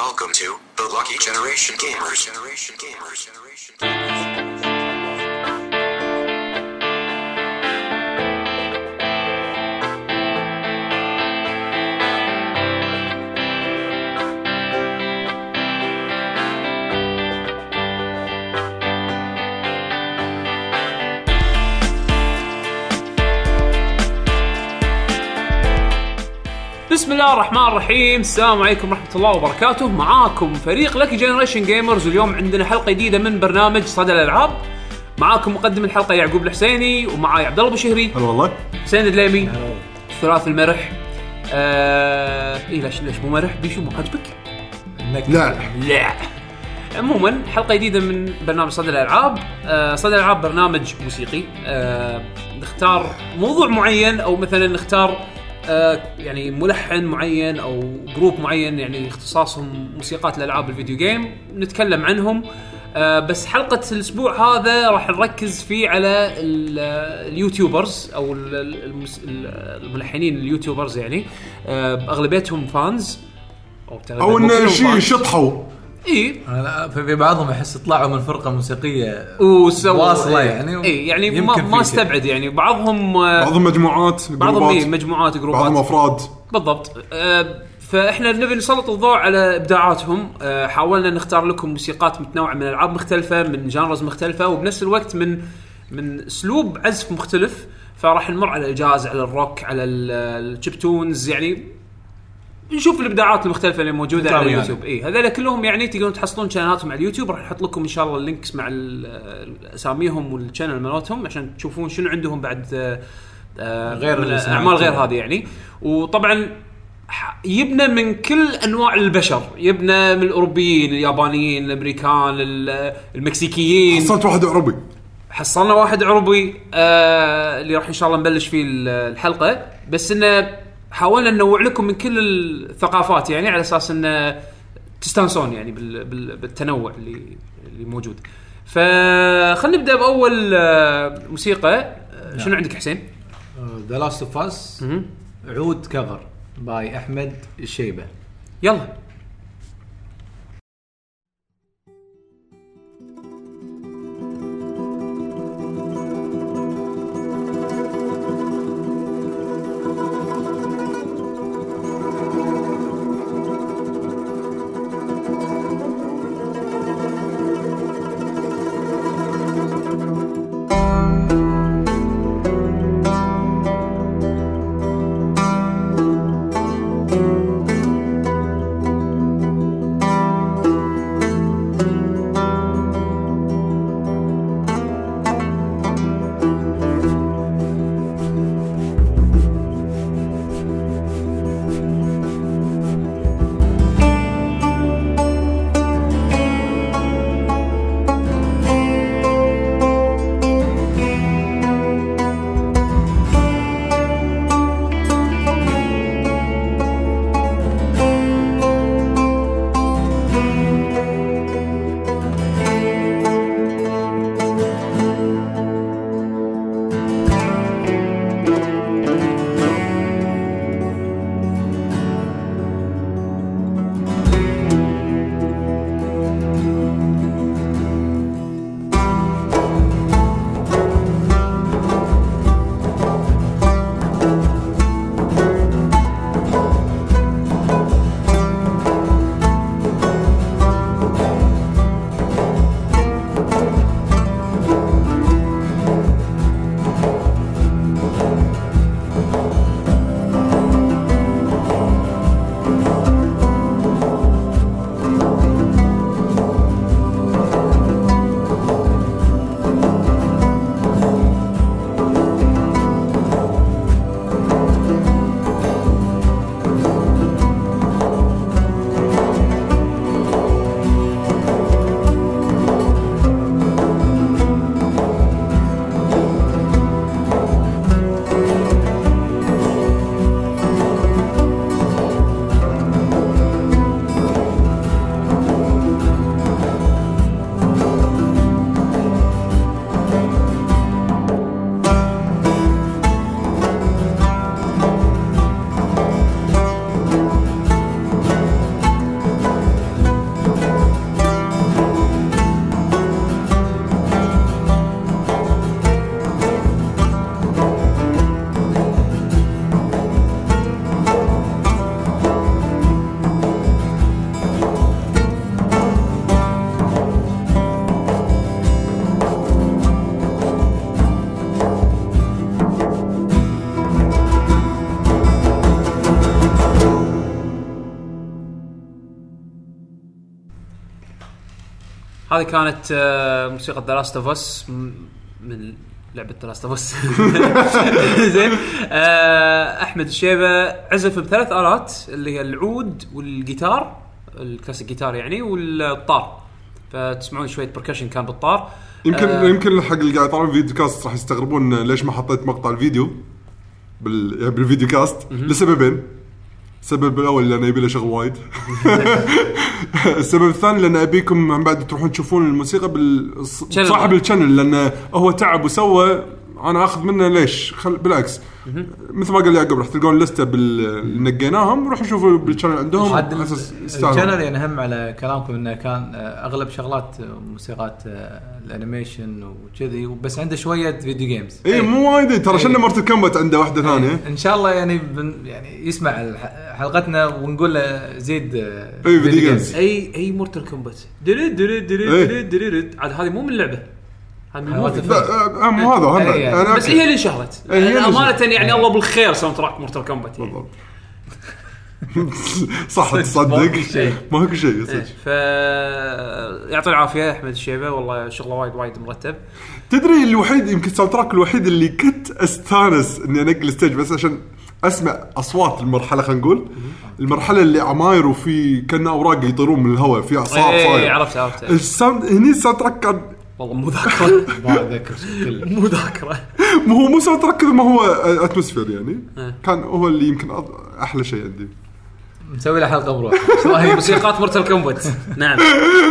Welcome to the Lucky Generation Gamers. بسم الله الرحمن الرحيم. السلام عليكم ورحمة الله وبركاته. معاكم فريق لكي جنريشن جيمرز، واليوم عندنا حلقة جديدة من برنامج صدى الألعاب. معاكم مقدم الحلقة يعقوب الحسيني، ومعاي عبد الله بشهري. هلا والله. حسين الدليمي. ثلاث المرح. إيه ليش مو مرح؟ بيشو مو عجبك؟ لا. عموما حلقة جديدة من برنامج صدى الألعاب. صدى الألعاب برنامج موسيقي. نختار موضوع معين، أو مثلا نختار يعني ملحن معين او جروب معين يعني اختصاصهم موسيقات الالعاب الفيديو جيم، نتكلم عنهم. بس حلقة الاسبوع هذا راح نركز فيه على اليوتيوبرز او الملحنين اليوتيوبرز، يعني اغلبيتهم فانز او ان شيء شطحوا. اي في بعضهم احس طلعوا من فرقه موسيقيه واصله يعني يعني ما استبعد، يعني بعضهم مجموعات، بعضهم مجموعات جروبات، بعضهم افراد بالضبط. فاحنا نبي نسلط الضوء على ابداعاتهم. حاولنا نختار لكم موسيقات متنوعه من العاب مختلفه، من جانرز مختلفه، وبنفس الوقت من اسلوب عزف مختلف. فراح نمر على الجاز، على الروك، على الشيبتونز، يعني نشوف الابداعات المختلفه اللي موجوده على اليوتيوب. هذول كلهم يعني تقدرون تحصلون شانلاتهم على اليوتيوب. راح نحط لكم ان شاء الله اللينكس مع اساميهم والشانل مالتهم عشان تشوفون شنو عندهم بعد غير اعمال غير هذه يعني. وطبعا يبنى من كل انواع البشر، يبنى من الاوروبيين، اليابانيين، الامريكان، المكسيكيين. حصلنا واحد عربي اللي راح ان شاء الله نبلش فيه الحلقه. بس انه حاولنا ننوع لكم من كل الثقافات، يعني على اساس ان تستانسون يعني بالتنوع اللي موجود. فخلينا نبدا باول موسيقى. شنو عندك حسين؟ The Last of Us عود كفر باي احمد الشيبه. يلا. هذه كانت موسيقى The Last of Us من لعبة The Last of Us. زين. أحمد الشيبة عزف ب3 آلات اللي هي العود والجيتار الكلاسيك جيتار يعني والطار، فتسمعون شوية بركشن كان بالطار. يمكن حق اللي قاعد يطالعون فيديو كاست راح يستغربون ليش ما حطيت مقطع الفيديو بالفيديو كاست لسببين. السبب الأول لأن يبي له شغل وايد. السبب الثاني لأن أبيكم من بعد تروحون تشوفون الموسيقى صاحب الشانل، لأن هو تعب وسوى، أنا أخذ منه ليش بالعكس. مثل ما قال يعقوب راح تلقون لستة نقيناهم، روحوا شوفوا بالشانل عندهم. الشانل يعني هم على كلامكم إنه كان أغلب شغلات موسيقات الأنيميشن وكذي، بس عنده شوية فيديو جيمز. إيه مو وايد ترى. شلنا مورتال كومبات عنده واحدة ثانية. إن شاء الله يعني يسمع حلقتنا ونقول له زيد فيديو جيمز. أي مورتال كومبات عاد هذه مو من اللعبة. مو هذا أنا بس هي اللي انشهرت أمانة يعني. الله بالخير ساوند تراك مورتال كومبات صح تصدق ما هو شيء. يعطي العافية أحمد الشيبة، والله شغله وايد مرتب. تدري الوحيد يمكن ساوند تراك الوحيد اللي كنت استانس اني انقل ستيج بس عشان اسمع اصوات المرحله. خلينا نقول المرحله اللي عماير وفي كنا اوراق يطيرون من الهواء في اعصاب صاير. عرفت الساوند هني الساوند تراك كان والله مو ذاكره. ما اتذكر مو ذاكره. مو ساوند تراك ما هو اتموسفير يعني. كان هو اللي يمكن احلى شيء عندي. نسوي له حلقه بروح. موسيقات مورتال كومبات. نعم.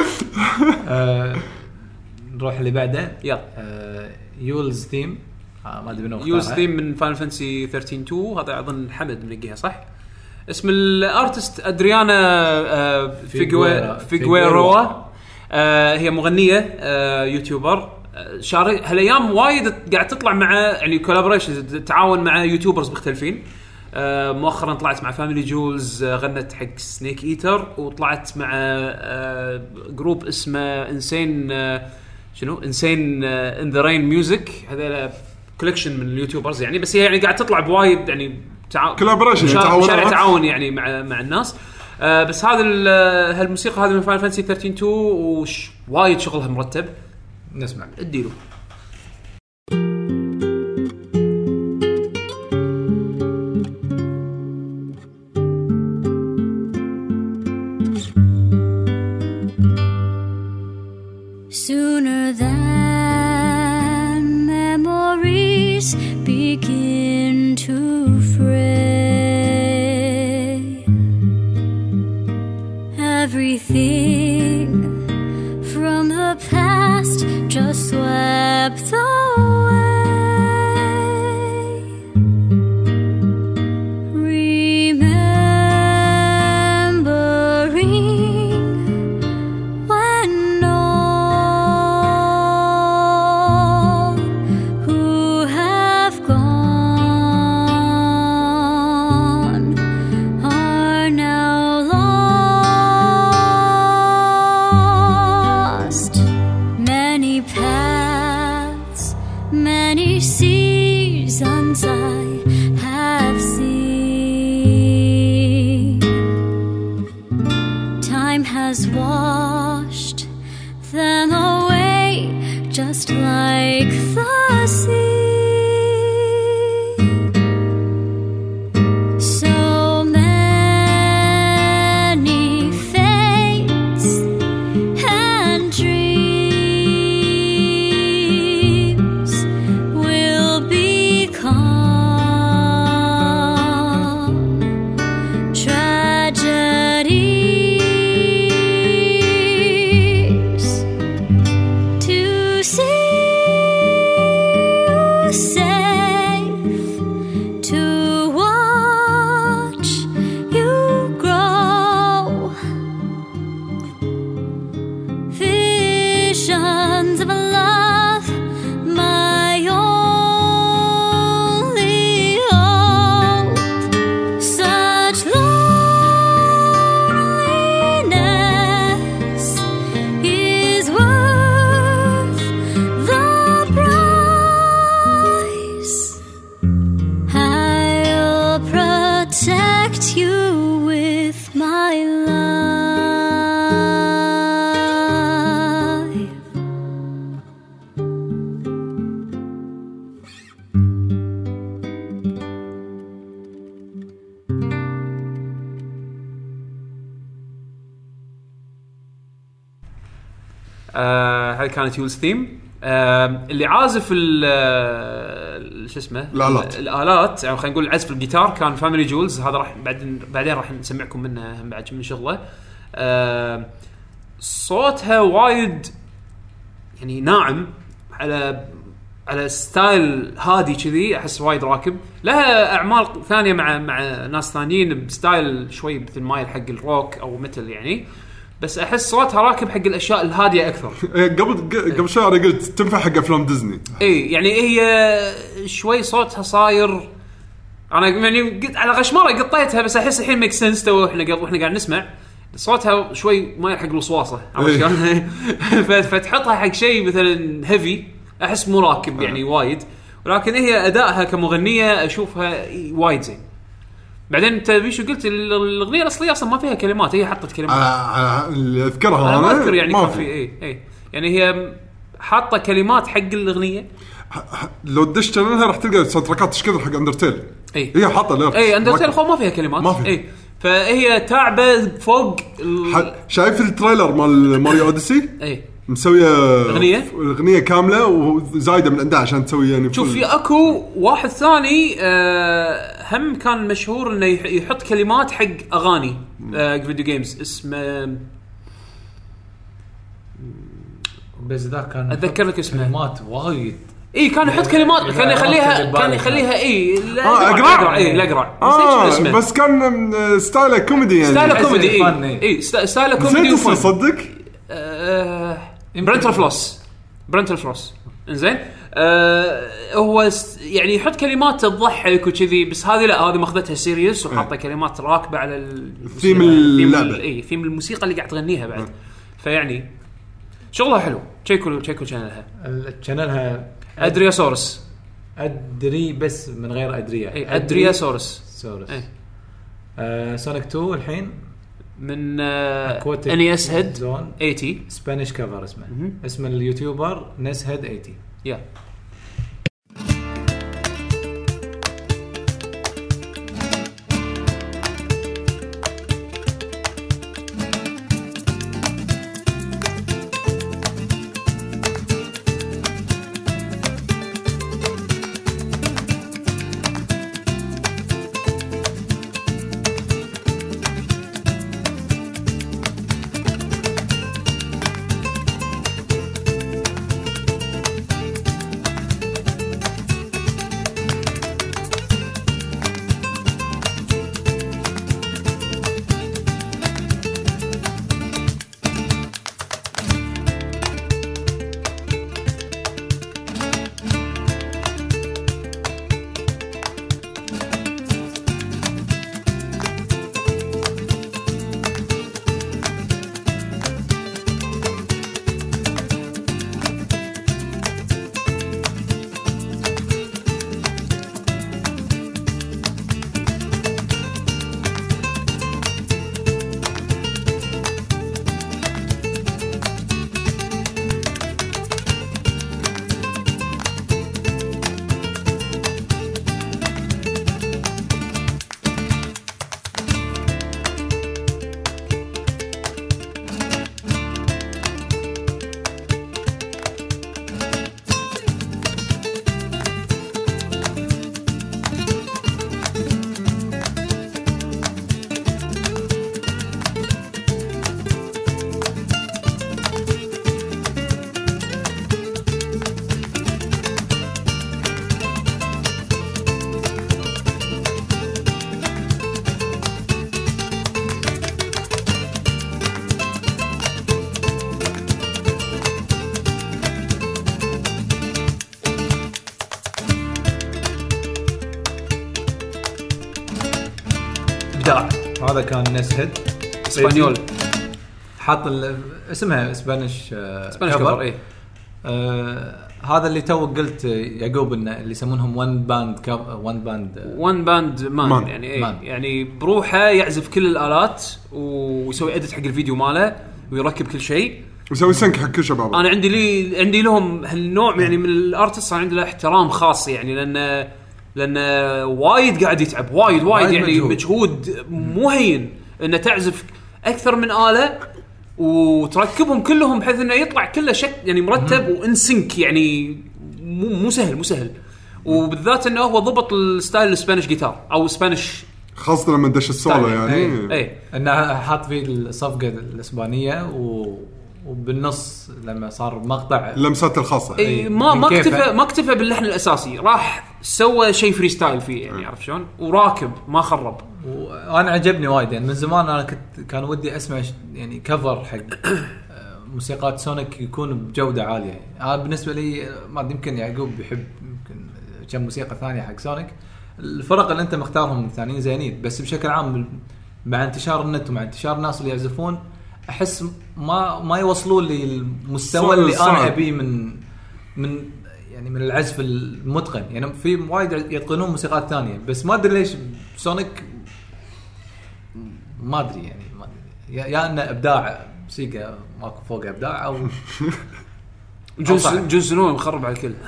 نروح اللي بعده. يلا. يولز ثيم. ما ادري منو. يولز ثيم من فاينل فانتسي 13 هذا اظن حمد منقيها صح. اسم الارتست ادريانا فيغويروا. هي مغنيه يوتيوبر هالايام وايد قاعد تطلع مع يعني كولابوريشنز، تعاون مع يوتيوبرز مختلفين. مؤخرا طلعت مع فاميلي جولز، غنت حق سنيك ايتر، وطلعت مع جروب اسمه انسين انسين ان ذا رين ميوزك. هذا كولكشن من اليوتيوبرز يعني، بس هي يعني قاعد تطلع بوايد يعني كولابوريشن تعاون يعني مع الناس. بس هالموسيقى هذه من فاينل فانتسي 13 وايد شغلها مرتب. نسمع اديله. Sooner than memories begin to fray, everything from the past just swept away. Remembering when all who have gone are now lost. Many paths, many seasons I have seen. Time has washed them away just like the sea. So many fates and dreams will become tragedies. To see you safe, to watch you grow, visions of a love, my only hope. Such loneliness is worth the price. I'll protect you with my life. هذه كانت يولز ثيم. اللي عازف شو اسمه الآلات يعني خلينا نقول عزف الجيتار كان فاميلي جولز. هذا راح بعدين راح نسمعكم منه بعد من شغله. صوتها وايد يعني ناعم على ستايل هادي كذي. احس وايد راكب. لها اعمال ثانيه مع ناس ثانيين بستايل شوي مثل مايل حق الروك او متل يعني. بس احس صوتها راكب حق الاشياء الهاديه اكثر. قبل شوي انا قلت تنفع حق افلام ديزني. اي يعني هي شوي صوتها صاير. انا يعني قلت على غشمره قطيتها بس احس الحين ميك سنس. تو احنا قاعد نسمع صوتها شوي ما يلحق الوسواصه فتحطها حق شيء مثلا هيفي احس مو راكب يعني وايد. ولكن هي ادائها كمغنيه اشوفها وايد زين. بعدين انت بيشو قلت الاغنيه الاصليه اصلا ما فيها كلمات. هي حطت كلمات اللي اذكرها انا ما اذكر يعني كان في اي يعني هي حاطه كلمات حق الاغنيه. لو دش لها راح تلقى ساوندتراكات تشكل حق اندرتيل. هي حاطه اي اندرتيل خو ما فيها كلمات. اي فهي تعبه فوق شايف التريلر مال ماريو اوديسي؟ اي مسويه اغنيه كامله وزايده من عندها عشان تسوي يعني. شوف في اكو واحد ثاني هم كان مشهور انه يحط كلمات حق اغاني فيديو جيمز اسمه بس ذا كان اتذكر لك اسمه كلمات وايد. اي كان يحط كلمات كان يخليها اي اقرع اي بس كان ستايله كوميدي يعني. ستايله كوميدي اي ستايله كوميدي وفن صدق. برنتل فلوس انزين. هو يعني يحط كلمات تضحك وكذي. بس هذه لا هذه ماخذتها سيريس وحاطه كلمات راكبه على الثيم اللعبه. اي ثيم الموسيقى اللي قاعد تغنيها بعد. فيعني شغلها حلو. تشيكوا شانلها ادرياسورس. ادري بس من غير ادريا. اي ادرياسورس. سونيك 2 الحين من انيس هيد 80 سبانيش كفر اسم اليوتيوبر نس هيد 80 يا هذا كان نس هيد اسبانيول. حاط اسمها سبانيش كفر. اي هذا اللي تو قلت يعقوب انه اللي يسمونهم وان باند مان يعني يعني بروحه يعزف كل الآلات ويسوي اديت حق الفيديو ماله ويركب كل شيء ويسوي سنك حق كل شباب. انا عندي لهم هالنوع يعني من الارتست عندي له احترام خاص يعني لان وايد قاعد يتعب وايد يعني مجهود مو هين انه تعزف اكثر من آلة وتركبهم كلهم بحيث انه يطلع كله يعني مرتب وانسنك يعني مو سهل وبالذات انه هو ضبط الستايل الاسبانيش جيتار او اسبانيش خاصه لما دش السولو يعني اي انه حاط فيه الصفقه الاسبانيه وبالنص لما صار مقطع لمسات الخاصه اي ما اكتفى باللحن الاساسي راح سوى شيء فري ستايل فيه يعني عرف شلون وراكب ما خرب وانا عجبني وايد يعني من زمان انا كان ودي اسمع يعني كفر حق موسيقات سونيك يكون بجوده عاليه يعني. بالنسبه لي ما يمكن يعقوب يحب يمكن كم موسيقى ثانيه حق سونيك الفرق اللي انت مختارهم الثانيين زينين بس بشكل عام مع انتشار النت ومع انتشار الناس اللي يعزفون احس ما يوصلون لي المستوى اللي انا ابيه من يعني من العزف المتقن يعني في وايد يتقنون موسيقات ثانيه بس ما ادري ليش سونيك ما ادري يعني ما ادري يا ان ابداع موسيقى ماكو فوق ابداع او جزنون مخرب على الكل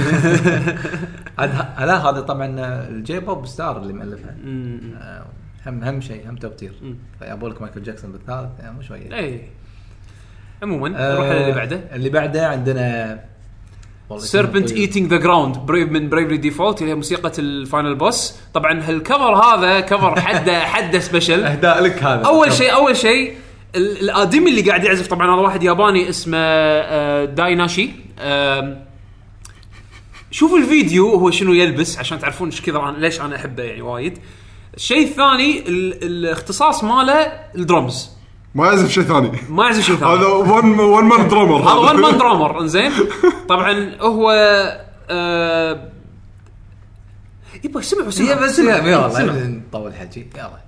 هذا طبعا الجي بوب ستار اللي مؤلفها هم شيء هم توتير فيابولك مايكل جاكسون بالثالث يعني مو شويه اي عموما نروح اللي بعده عندنا سيربنت ايتينج ذا جراوند من بريفلي ديفولت اللي هي موسيقى الفاينل بوس طبعا هالكفر هذا كفر حده سبيشل اهداء لك هذا اول شيء الادمي اللي قاعد يعزف طبعا هذا واحد ياباني اسمه دايناشي شوفوا الفيديو هو شنو يلبس عشان تعرفون ايش كثر ليش انا احبه يعني وايد. الشيء الثاني الاختصاص ماله الدرمز ما يعزف شيء ثاني هذا ون مان درامر هذا ون مان درامر انزين طبعا هو يبغى سمعوا بس يلا نطول حكي يلا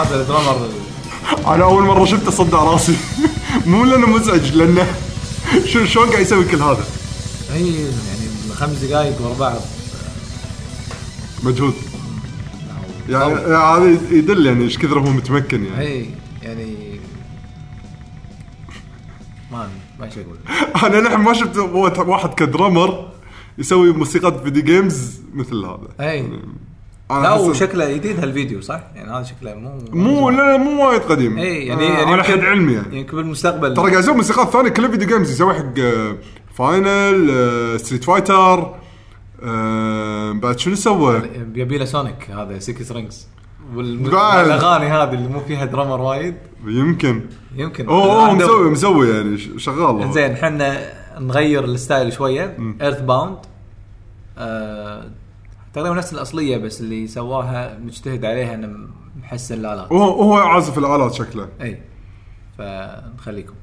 هذا درامر انا اول مره شفته صدع راسي. مو لانه مزعج، لانه شلون قاعد يسوي كل هذا. هي يعني 5 دقائق ورا بعض مجهود يعني هذا يدل يعني ايش كثر هو متمكن يعني. هي يعني ما ايش اقول. انا نحن ما شفت واحد كدرامر يسوي موسيقى فيديو جيمز مثل هذا. اي لا وشكله جديد هالفيديو صح يعني. هذا شكله مو وايد قديم. اي يعني على حد علمي يعني يمكن بالمستقبل ترى قاعد يسوي موسيقات ثانيه كلها فيديو جيمز. يسوي حق فاينل ستريت فايتر. بعد شنو سوى؟ يبي له سونيك هذا 6 رينجز والاغاني هذه اللي مو فيها درامر وايد. يمكن مسوي يعني شغال. زين احنا نغير الستايل شويه. ايرث باوند تقريبا نفس الاصليه بس اللي سواها مجتهد عليها انه محسن الالات. هو عازف الالات شكله. اي فنخليكم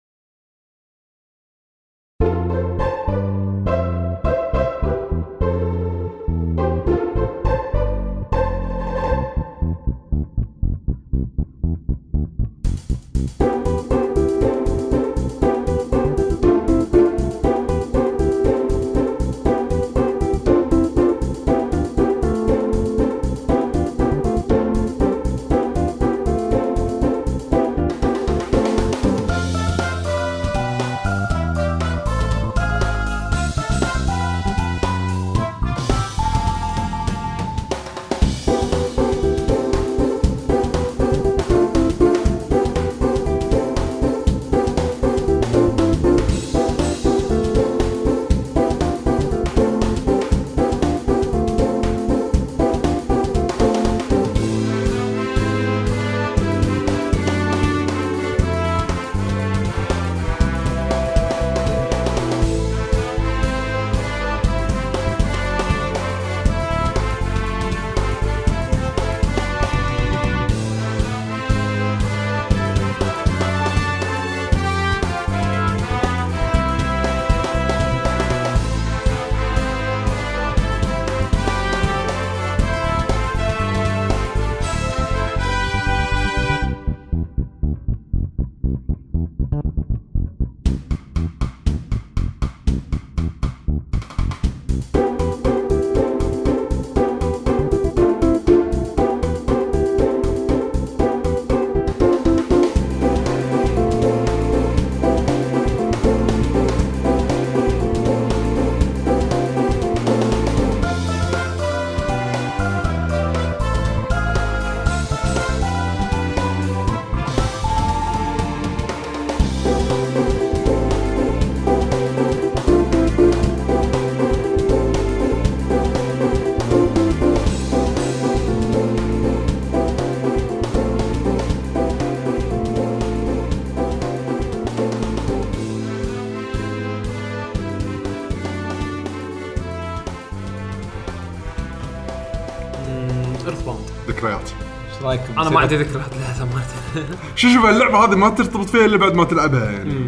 ذكريات. ايش رايكم؟ انا ما عندي ذكريات لها سمعت. شوف اللعبه هذه ما ترتبط فيها الا بعد ما تلعبها يعني.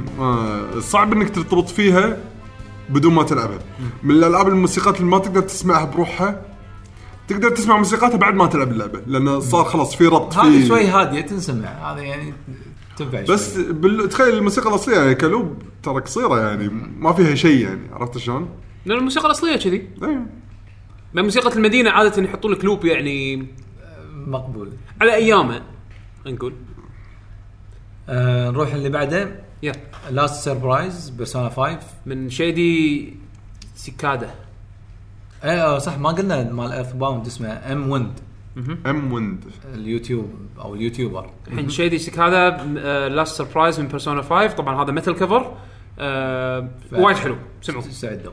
صعب انك ترتبط فيها بدون ما تلعبها. من الالعاب الموسيقات اللي ما تقدر تسمعها بروحها، تقدر تسمع موسيقاتها بعد ما تلعب اللعبه، لانه صار خلاص في ربط. هذه شوي هاديه تنسمع، هذا يعني تنفع بس تخيل الموسيقى الاصليه يعني كلوب ترى قصيره يعني ما فيها شيء يعني. عرفت شلون؟ لأن الموسيقى الأصلية كذي. ايوه. ما موسيقى المدينة عادة يحطوا لك لوب يعني مقبول على أيامه. نقول نروح اللي بعده. يا لاست سيربرايز بيرسونا 5 من شيدي سيكادا. صح ما قلنا مال ايرث باوند اسمه ام ويند. ام ويند اليوتيوب او اليوتيوبر الحين شيدي سيكادا. لاست سيربرايز من بيرسونا 5. طبعا هذا ميتال كفر وايد حلو. سمعوا استعدوا.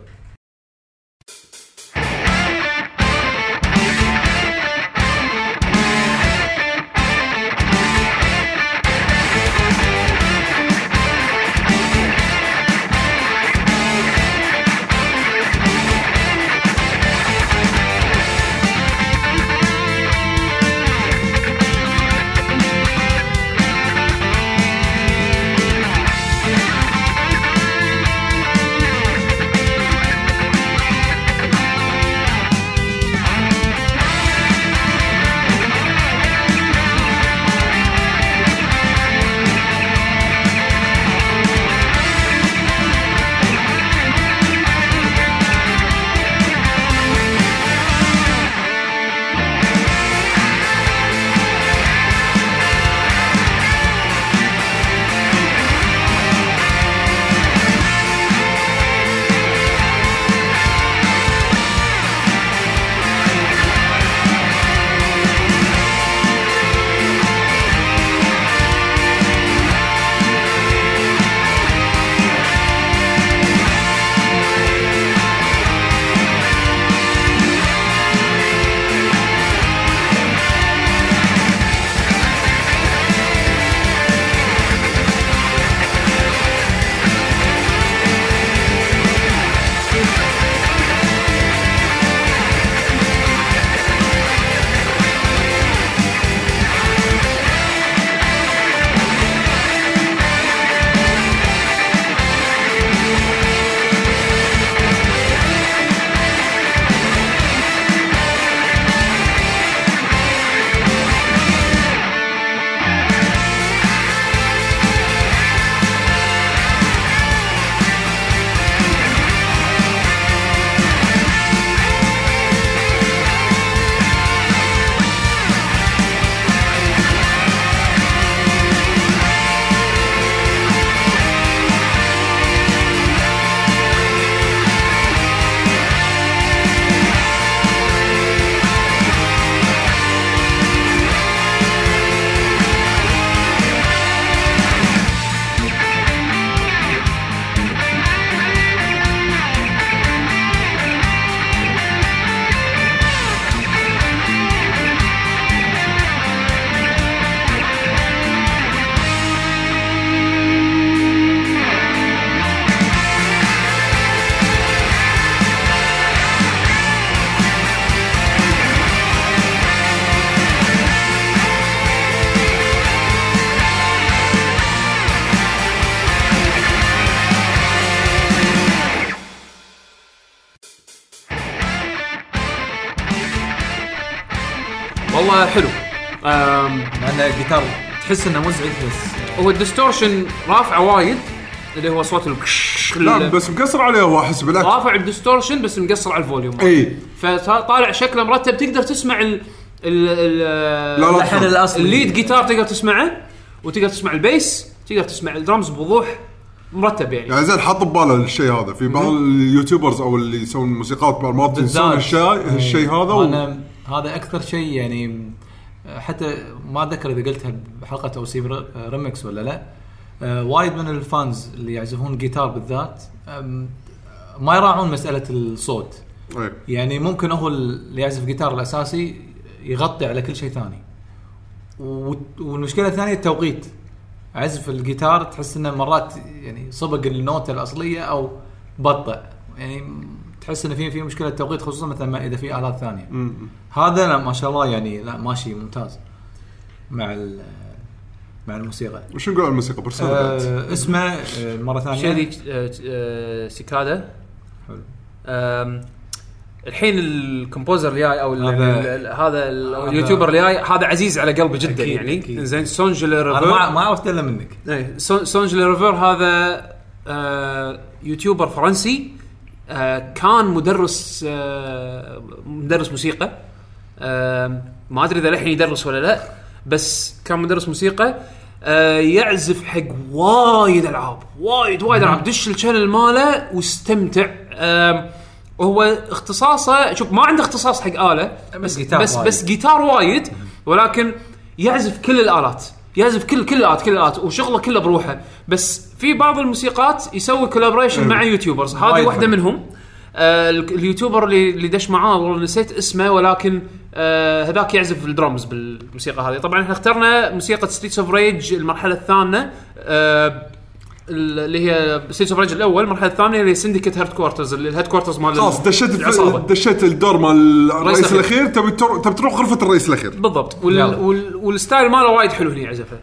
هو حلو. لان الجيتار تحس انه مزعج بس هو الديستورشن رافعه وايد اللي هو صوت لا بس مقصر عليه هو احس بالعكس رافع الديستورشن بس مقصر على الفوليوم اي فطالع شكله مرتب تقدر تسمع اللحن الاصلي الليد جيتار تقدر تسمعه وتقدر تسمع البيس تقدر تسمع الدرمز بوضوح مرتب يعني زين حط بباله الشيء هذا في بعض اليوتيوبرز او اللي يسوون موسيقات بالمات ينسون الشيء هذا انا هذا اكثر شيء يعني حتى ما اتذكر اذا قلتها بحلقه او سي ريمكس ولا لا. وايد من الفانز اللي يعزفون جيتار بالذات ما يراعون مساله الصوت يعني ممكن هو اللي يعزف جيتار الاساسي يغطي على كل شيء ثاني والمشكله الثانيه التوقيت. عزف الجيتار تحس انه مرات يعني صبق النوتة الأصلية أو بطأ يعني تحس إن في مشكلة توقيت خصوصا مثلا إذا في آلات ثانية. هذا لا ما شاء الله يعني لا ماشي ممتاز مع الموسيقى. وش نقول الموسيقى برسالة اسمه مرة ثانية شادي سيكادا. حلو. الحين الكومبوزر اللي جاي او هذا اليوتيوبر اللي جاي هذا عزيز على قلبي جدا يعني زين سونج ليريفر ما عرفت الا منك. اي سونج ليريفر هذا يوتيوبر فرنسي كان مدرس موسيقى ما ادري اذا الحين يدرس ولا لا بس كان مدرس موسيقى يعزف حق وايد العاب دش الشانل ماله واستمتع. وهو اختصاصه شوف ما عنده اختصاص حق آلة بس جيتار وايد ولكن يعزف كل الآلات يعزف كل الآلات وشغله كله بروحه. بس في بعض الموسيقات يسوي كولابوريشن مع يوتيوبرز هذه واحدة منهم. اليوتيوبر اللي دش معاه والله نسيت اسمه ولكن هذاك يعزف الدرامز بالموسيقى هذه. طبعا احنا اخترنا موسيقى ستريتس اوف ريج المرحلة الثانية اللي هي ستيج اوف ريج الاول. المرحله الثانيه اللي سندكت هيد كوارترز اللي الهيد كوارترز مال خلاص دشيت الدور مال الرئيس الاخير تبي تروح غرفه الرئيس الاخير بالضبط. والستايل ماله وايد حلو هنا يعزفه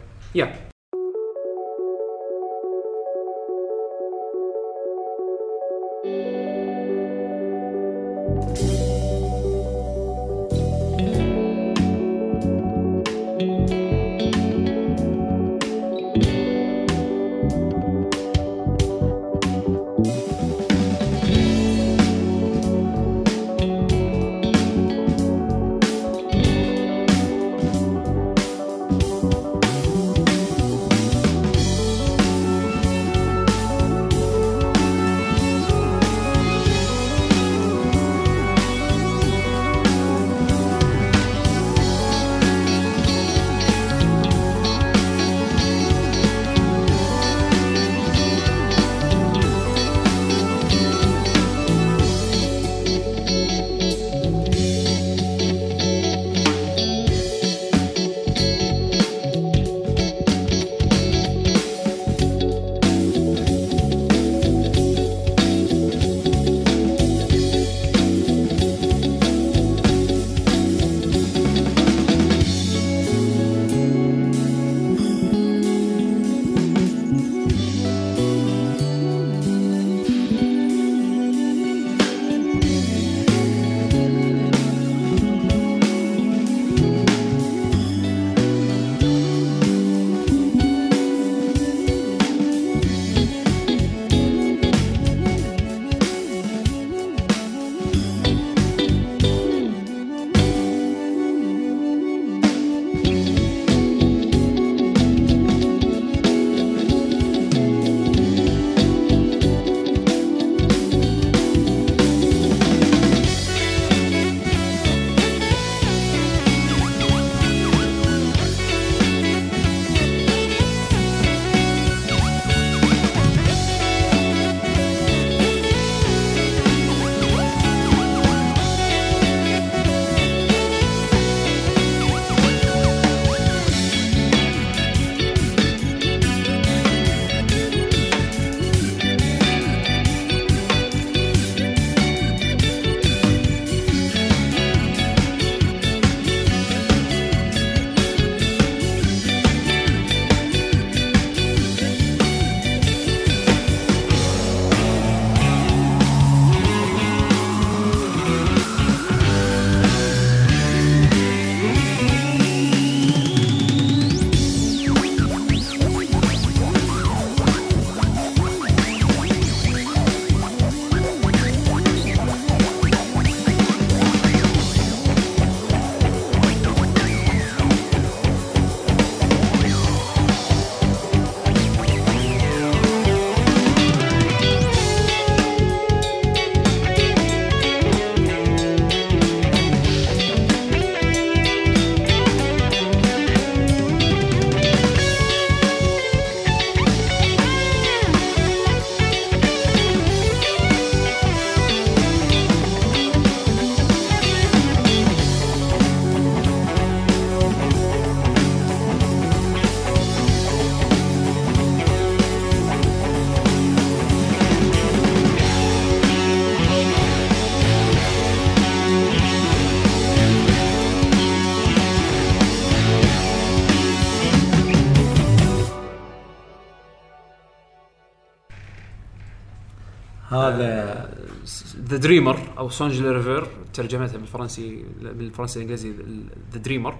هذا ذا دريمر او سونج ليرفير ترجمتها بالفرنسي الانجليزي ذا دريمر.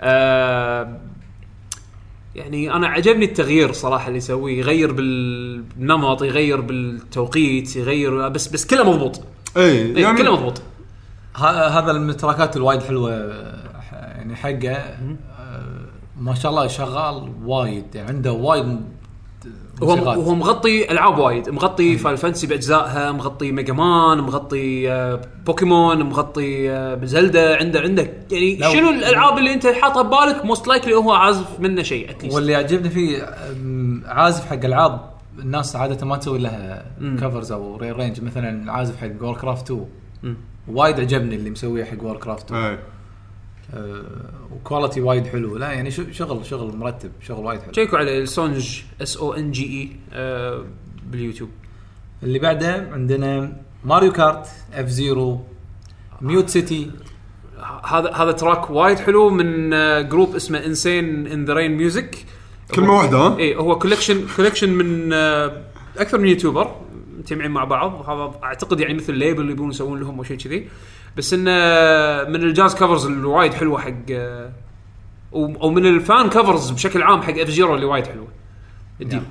يعني انا عجبني التغيير صراحه اللي يسويه، يغير بالنمط، يغير بالتوقيت، يغير بس كله مضبوط. يعني كله مضبوط. هذا المتراكات الوايد حلوه يعني حقه ما شاء الله شغال وايد، يعني عنده وايد وهو مغطي العاب وايد، مغطي فاينل فانتسي باجزائها، مغطي ميجا مان، مغطي بوكيمون، مغطي بزلدا. عنده يعني شنو الالعاب اللي انت حاطها ببالك موست لايكلي هو عازف منه شيء اتليست. واللي يعجبني فيه عازف حق العاب الناس عاده ما تسوي لها كفرز او رينج، مثلا عازف حق وور كرافت 2 وايد عجبني اللي مسويه حق وور كرافت 2 وكواليتي وايد حلو. لا يعني شغل مرتب، شغل وايد حلو. تشيكوا على السونج SONGE باليوتيوب. اللي بعده عندنا ماريو كارت F-Zero ميوت سيتي. هذا تراك وايد حلو من جروب اسمه انسين ان ذا رين ميوزك. كلمه واحده اي هو كولكشن من اكثر من يوتيوبر مجتمعين مع بعض. هذا اعتقد يعني مثل ليبل اللي يبون يسوون لهم او شيء كذي، بس انه من الجاز كفرز اللي وايد حلوه حق او من الفان كفرز بشكل عام حق F-Zero اللي وايد حلوه. الدين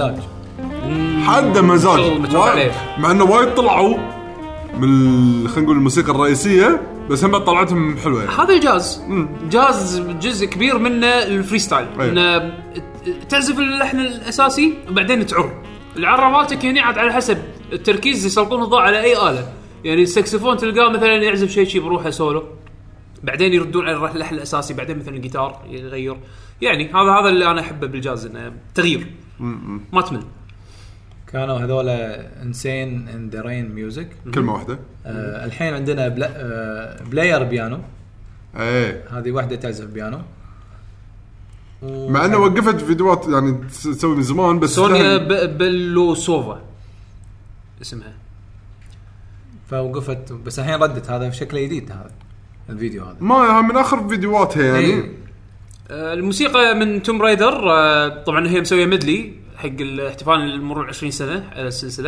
مزاج. حده مزاج شغل متعوب عليه. مع انه وايد طلعوا من خلينا نقول الموسيقى الرئيسيه، بس هم طلعتهم حلوه يعني. هذا الجاز. جاز جزء كبير منه الفريستايل، أيه. انه تعزف اللحن الاساسي وبعدين تعر. العره مالتك هنا عاد على حسب التركيز يسلطون الضوء على اي آلة. يعني السكسفون تلقاه مثلا يعزف شيء بروحه سولو، بعدين يردون على اللحن الاساسي، بعدين مثلا الجيتار يغير. يعني هذا اللي انا احبه بالجاز، انه تغيير ما تمل. كانوا هذول انسين ان ذا رين ميوزك. كلمه واحده. الحين عندنا بلاير بيانو. ايه هذه واحده تعزف بيانو. مع انه وقفت فيديوهات يعني تسوي من زمان، بس سونيا بلوسوفا اسمها، فوقفت بس الحين ردت. هذا شكله جديد هذا الفيديو هذا، ما من اخر فيديوهاتها يعني. إيه. الموسيقى من توم رايدر. طبعا هي مسويه ميدلي حق الاحتفال المرور 20 سنه على السلسله.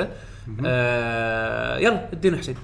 يلا ادينا حسين.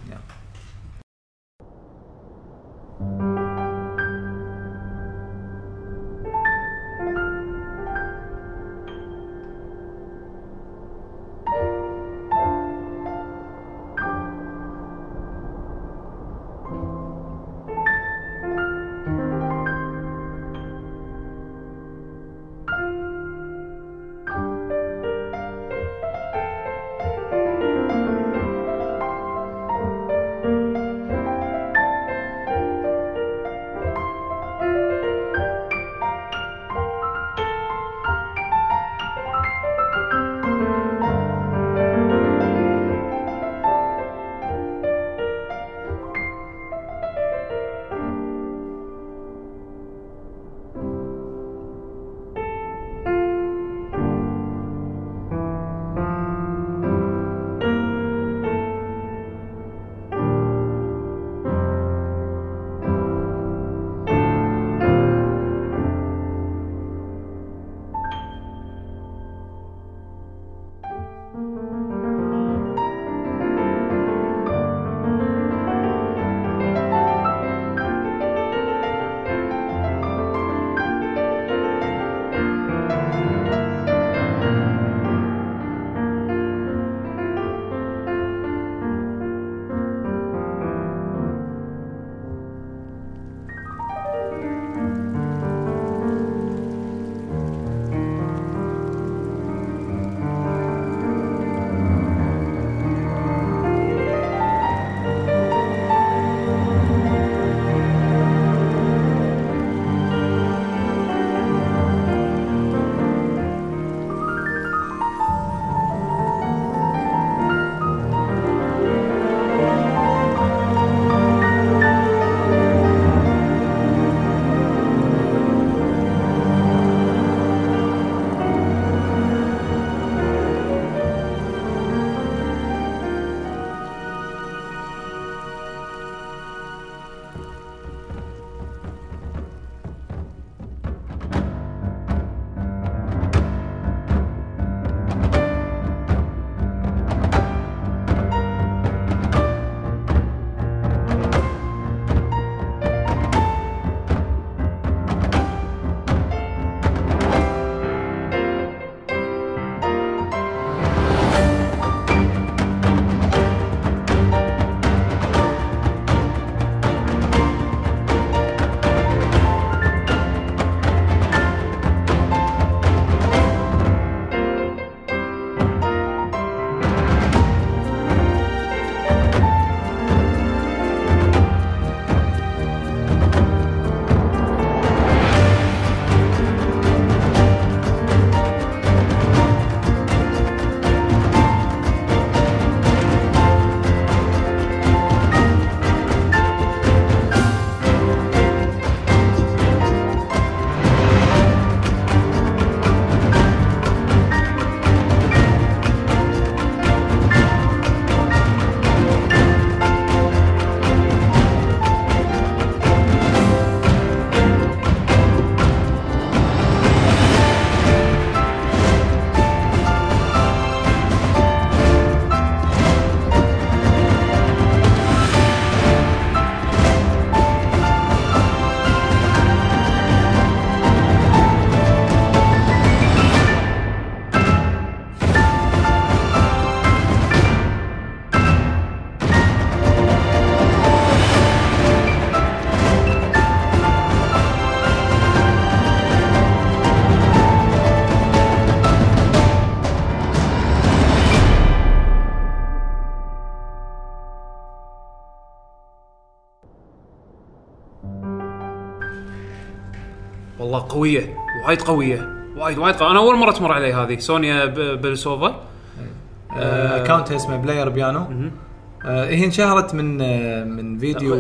والله قويه وايد قويه وايد قوية. انا اول مره تمر علي هذه سونيا بلسوفا اكونت اسمه بلاير بيانو. هي انشهرت من فيديو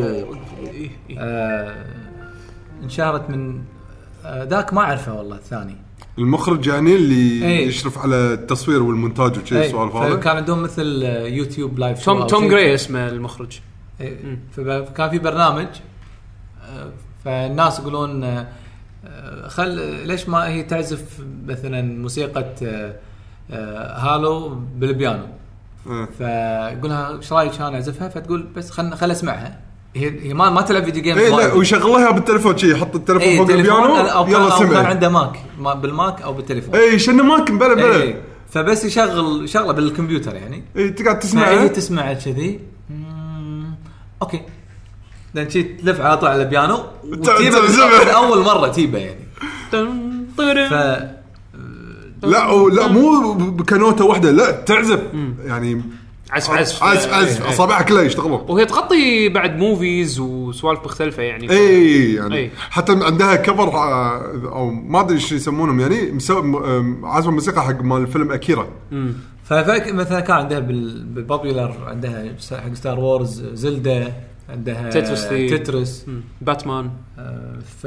انشهرت من ذاك ما اعرفه والله الثاني المخرج يعني اللي يشرف على التصوير والمونتاج وشيء سوالف هذا. كان عندهم مثل يوتيوب لايف شو توم جراي اسمه المخرج. فكان في برنامج فالناس يقولون ليش ما هي تعزف مثلا موسيقى هالو بالبيانو. فيقولها ايش رايك كان اعزفها فتقول بس خل اسمعها. هي ما تلعب فيديو جيم. لا ويشغلها بالتليفون شيء يحط التليفون فوق البيانو يلا سمع. كان عنده ماك بالماك او بالتليفون. شنو ماك بلا فبس يشغل شغله بالكمبيوتر يعني تقعد تسمعها تسمع كذي. اوكي لان شي تلف على طول على البيانو وتيبه اول مره تيبه يعني لا مو بكنوته واحده لا تعزف يعني عزف اصابعها كلها يشتغلون وهي تغطي بعد موفيز وسوالف مختلفه يعني يعني حتى عندها كفر او ما ادري ايش يسمونهم يعني عازف موسيقى حق مال فيلم اكيرا. ففاك مثلا كان عندها بالبوبيلر عندها حق ستار وورز زلدا عندها تترس باتمان ف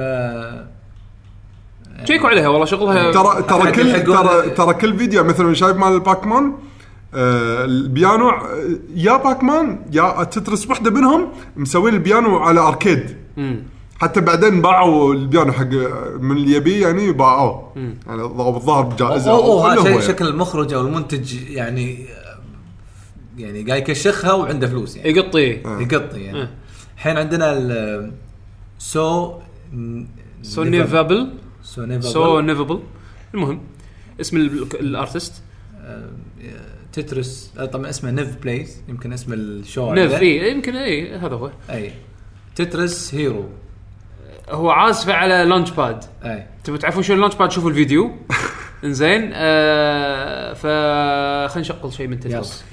تشيكوا عليها والله شغلها ترى كل فيديو مثلا شايف مال باكمان البيانو يا باكمان يا تترس واحدة منهم مسوين البيانو على أركيد. حتى بعدين باعوا البيانو حق من اللي يبي يعني باعوه يعني الظاهر بجائزة. هذا شكل المخرج أو المنتج يعني قاعد يكشخها وعنده فلوس يعني يقطي يعني. الحين عندنا سو نيفابل المهم اسم الارتست تترس طبعا اسمه نيف بلايز يمكن اسم الشو نيف يمكن هذا هو تترس هيرو. هو عازف على لانش باد. تبي تعرفون شو اللانش باد شوفوا الفيديو انزين فخلينا نشغل شيء من تترس.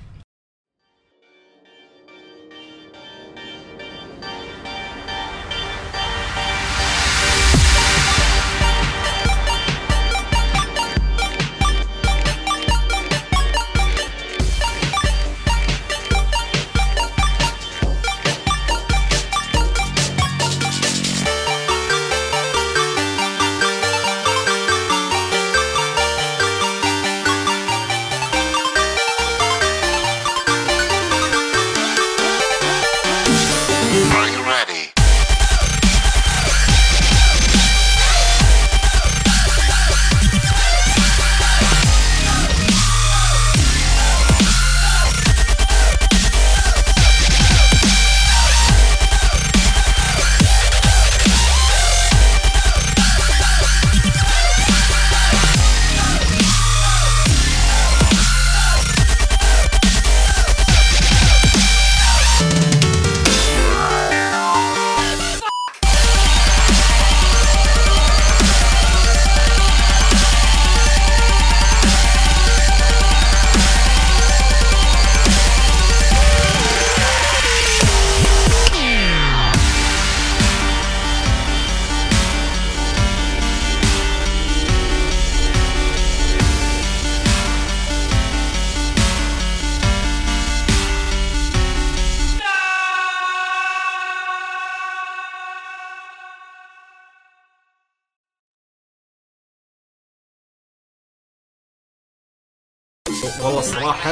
والله الصراحه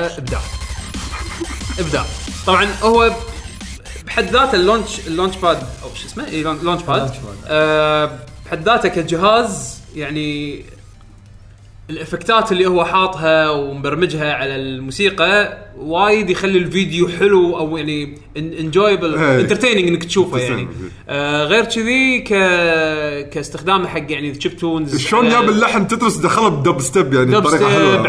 ابداع. طبعا هو بحد ذاته اللونش باد او شو اسمه لونش باد بحد ذاته كجهاز يعني الافكتات اللي هو حاطها ومبرمجها على الموسيقى وايد يخلي الفيديو حلو او يعني انجويبل انترتيننج انك تشوفه يعني. غير كذي كاستخدامه حق يعني تشيب تونز شلون جاب اللحن تترس دخله بدب ستيب يعني بطريقه حلوه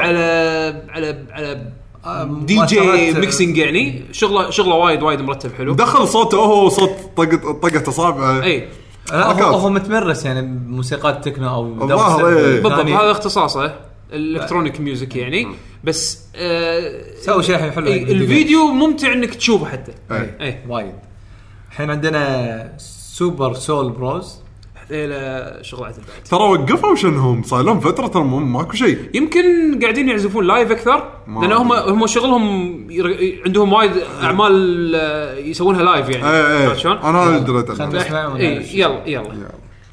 على دي جي ميكسينج يعني شغله وايد مرتب حلو. دخل صوته هو صوت طقه اصابعه هو متمرس يعني بموسيقى تكنو او بالضبط هذا اختصاصه الالكترونيك ميوزك يعني. بس سووا شيء حلو الفيديو ممتع انك تشوفه حتى وايد. الحين عندنا سوبر سول بروز هذيلا شغل عدل بعد. ترى وقفوا شنهم صار لهم فتره ترى ماكو شيء. يمكن قاعدين يعزفون لايف اكثر لان هم شغلهم عندهم وايد اعمال يسوونها لايف يعني. شلون انا دريت عنها. يلا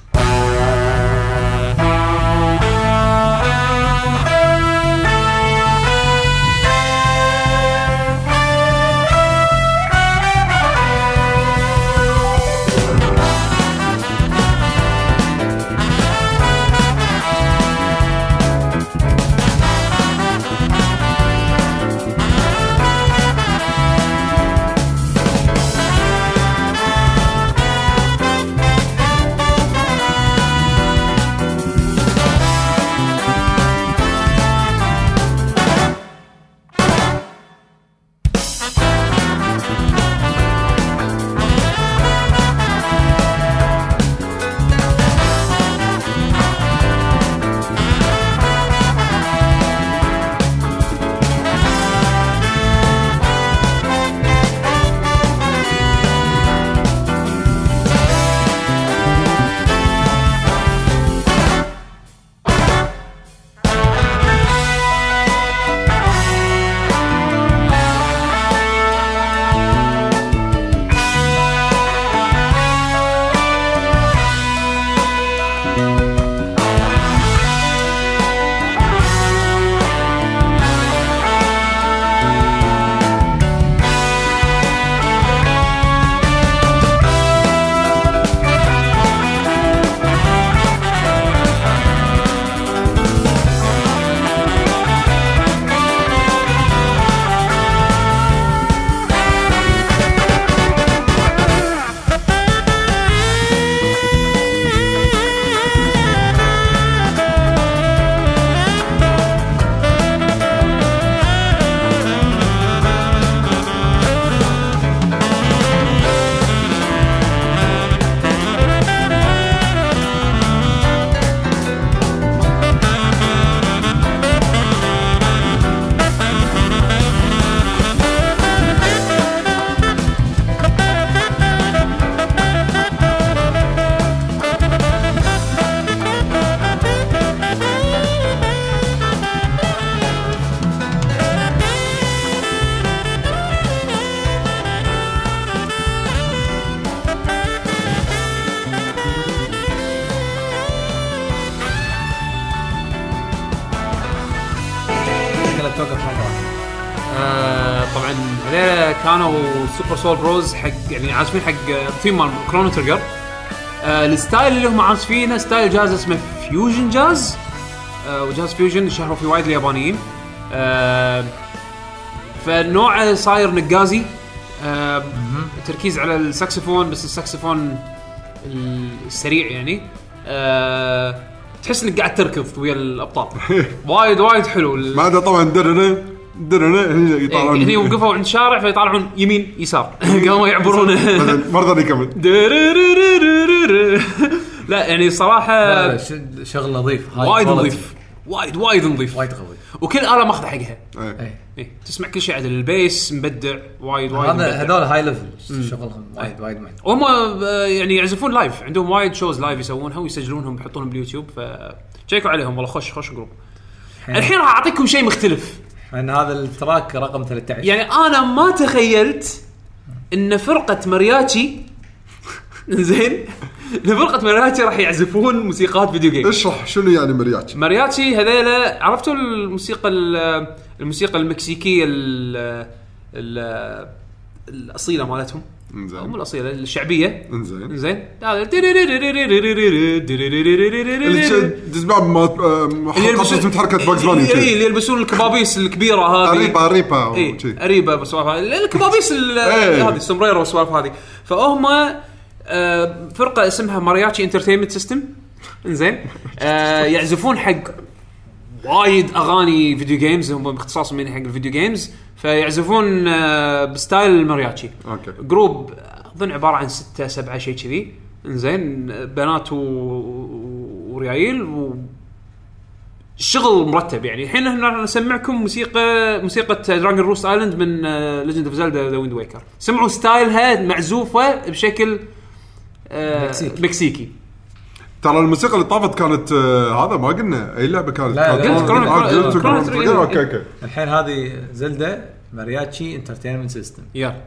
طبعا هذول كانوا سوبر سول بروز حق يعني عازفين حق ثيم مال كرونو تريجر. الستايل اللي هم عازفينه ستايل جاز اسمه فيوجن جاز. وجاز فيوجن شهروا في وايد اليابانيين. فالنوع صاير نقازي. تركيز على الساكسفون بس الساكسفون السريع يعني. تحس انك قاعد تركض ويا الابطال. وايد حلو. ما هذا طبعا درنا يطلعون هني وقفوا عند شارع فيطلعون يمين يسار قاموا يعبرون مرة يكمل. لا يعني صراحة شغل نظيف وايد نظيف وايد نظيف وايد قوي وكل آلة ماخذة حقها. اي تسمع كل شيء عدل البيس مبدع وايد هذول هاي ليفل شغلهم وايد هم يعني يعزفون لايف عندهم وايد شوز لايف يسوونها ويسجلونهم ويحطونهم باليوتيوب فشيكوا عليهم والله خوش جروب. الحين راح اعطيكم شيء مختلف عن هذا التراك رقم 13. يعني انا ما تخيلت ان فرقة مرياتشي زين فرقة مرياتشي راح يعزفون موسيقات فيديو جيم. اشرح شنو يعني مرياتشي هذيلا عرفتوا الموسيقى المكسيكية الأصيلة مالتهم مو الأصيلة الشعبية زين هذا تسمع ما حركات متحركة باكس باني اللي يلبسون الكبابيس الكبيرة هذه أريبا بس الكبابيس هذه السومبريرو والسوالف هذه. فهم فرقة اسمها مرياتشي انترتينمنت سيستم زين يعزفون حق وايد اغاني فيديو جيمز. هم باختصاص من حق الفيديو جيمز فيعزفون بستايل المرياتشي. جروب اظن عباره عن 6-7 شيء كذي زين بنات وريايل شغل مرتب يعني. الحين احنا نسمعكم موسيقى دراجون روست ايلاند من ليجند اوف زلدا ذا ويند ويكر. سمعوا ستايلها معزوفه بشكل مكسيكي. ترى الموسيقى اللي طافت كانت هذا ما قلنا اي لعبه كانت اوكي. الحين هذه زلدة مارياتشي انترتينمنت سيستم. يا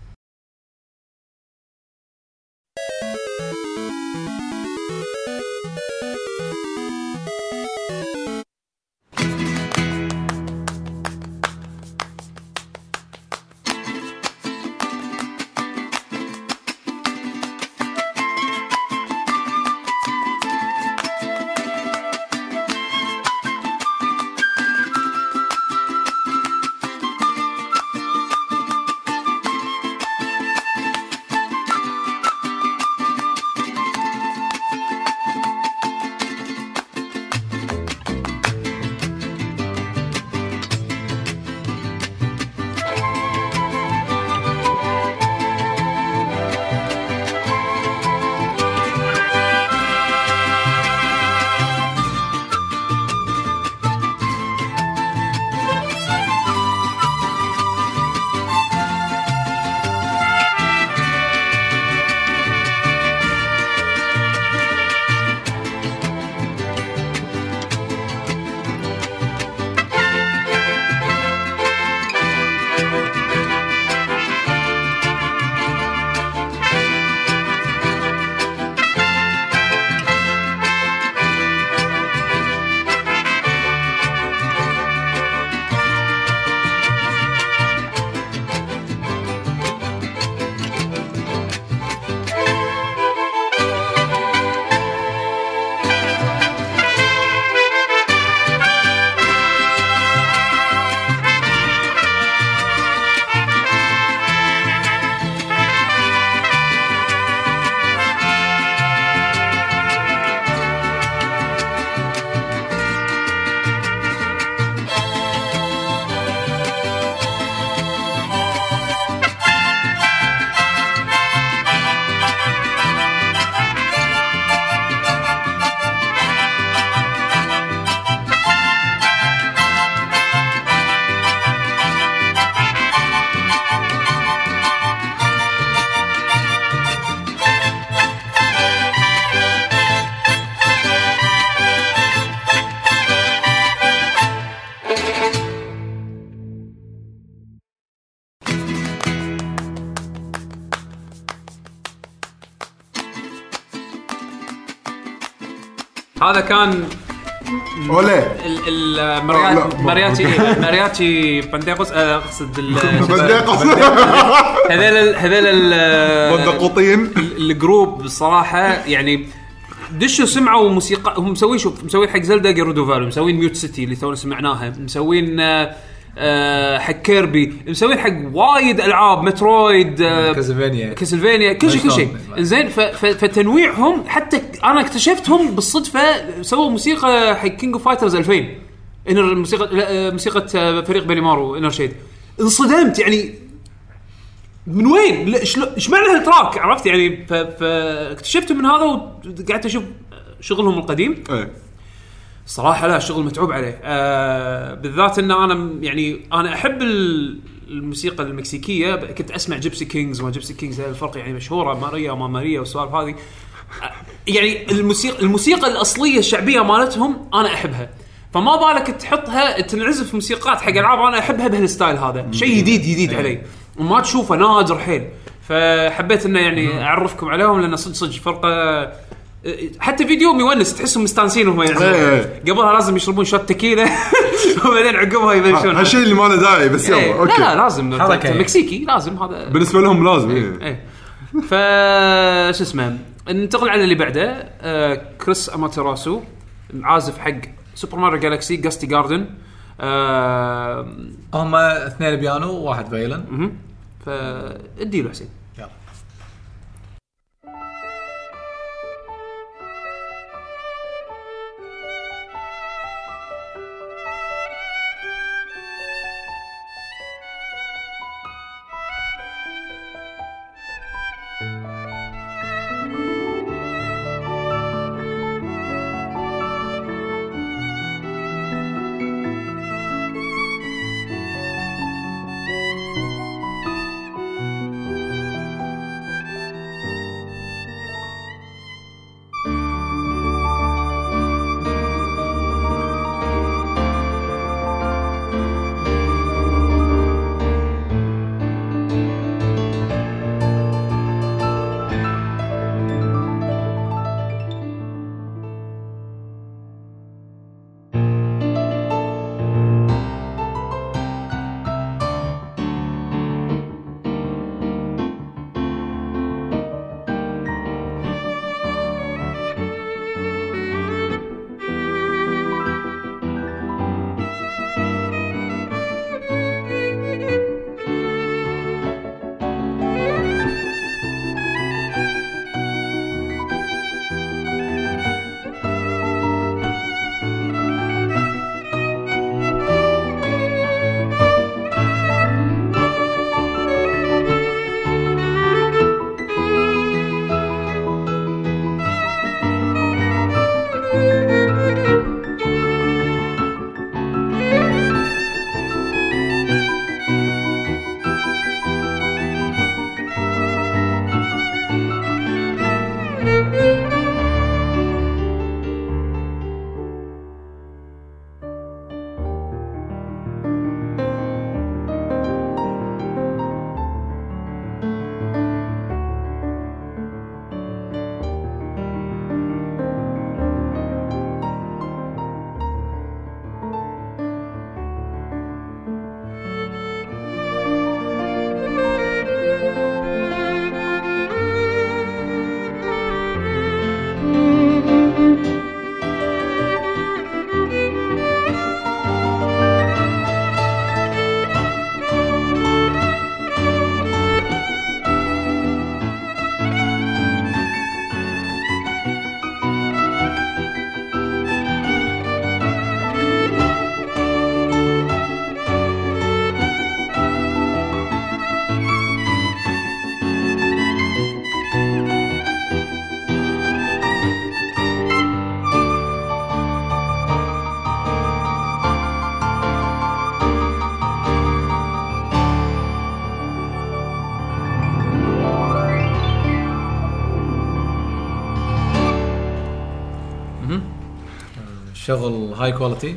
هذا كان اوله مارياتشي بانديقوس اقصد بانديقوس هذول البندقوطين الجروب بصراحه يعني دشوا سمعوا موسيقى هم مسوين حق زلدا جيرودو فالو مسوين ميوت سيتي اللي تونا سمعناها مسوين حق كيربي مسوين حق وايد العاب مترويد كاسلفينيا كل شيء زين فتنويعهم حتى انا اكتشفتهم بالصدفه سووا موسيقى حق كينج اوف فايترز 2000 انر موسيقى فريق بينيمارو انر شيد انصدمت يعني من وين ايش معنى هالتراك عرفت يعني فاكتشفت من هذا وقعدت اشوف شغلهم القديم صراحه لا شغل متعوب عليه بالذات ان انا يعني انا احب الموسيقى المكسيكيه كنت اسمع جيبسي كينجز وما جيبسي كينجز هذا الفرق يعني مشهوره ماريا وما ماريا والسوالف هذه يعني الموسيقى الاصليه الشعبيه مالتهم انا احبها فما بالك تحطها تنعزف موسيقات حق العاب انا احبها بهالستايل هذا شيء جديد علي وما تشوفه نادر حيل فحبيت انه يعني اعرفكم عليهم لان صدق فرقه حتى فيديو ميونس تحسهم مستانسين وهم يعزفون قبلها لازم يشربون شوت تكيله وبعدين عقبها يبلشون هالشيء اللي ما له داعي بس يلا اوكي لا لازم مكسيكي لازم هذا بالنسبه لهم لازم شو اسمه ننتقل على اللي بعده كريس اماتيراسو عازف حق سوبر ماريو جالاكسي جاستي جاردن هم اثنين بيانو وواحد فايلن فادي له حسين يلا شغل هاي كواليتي.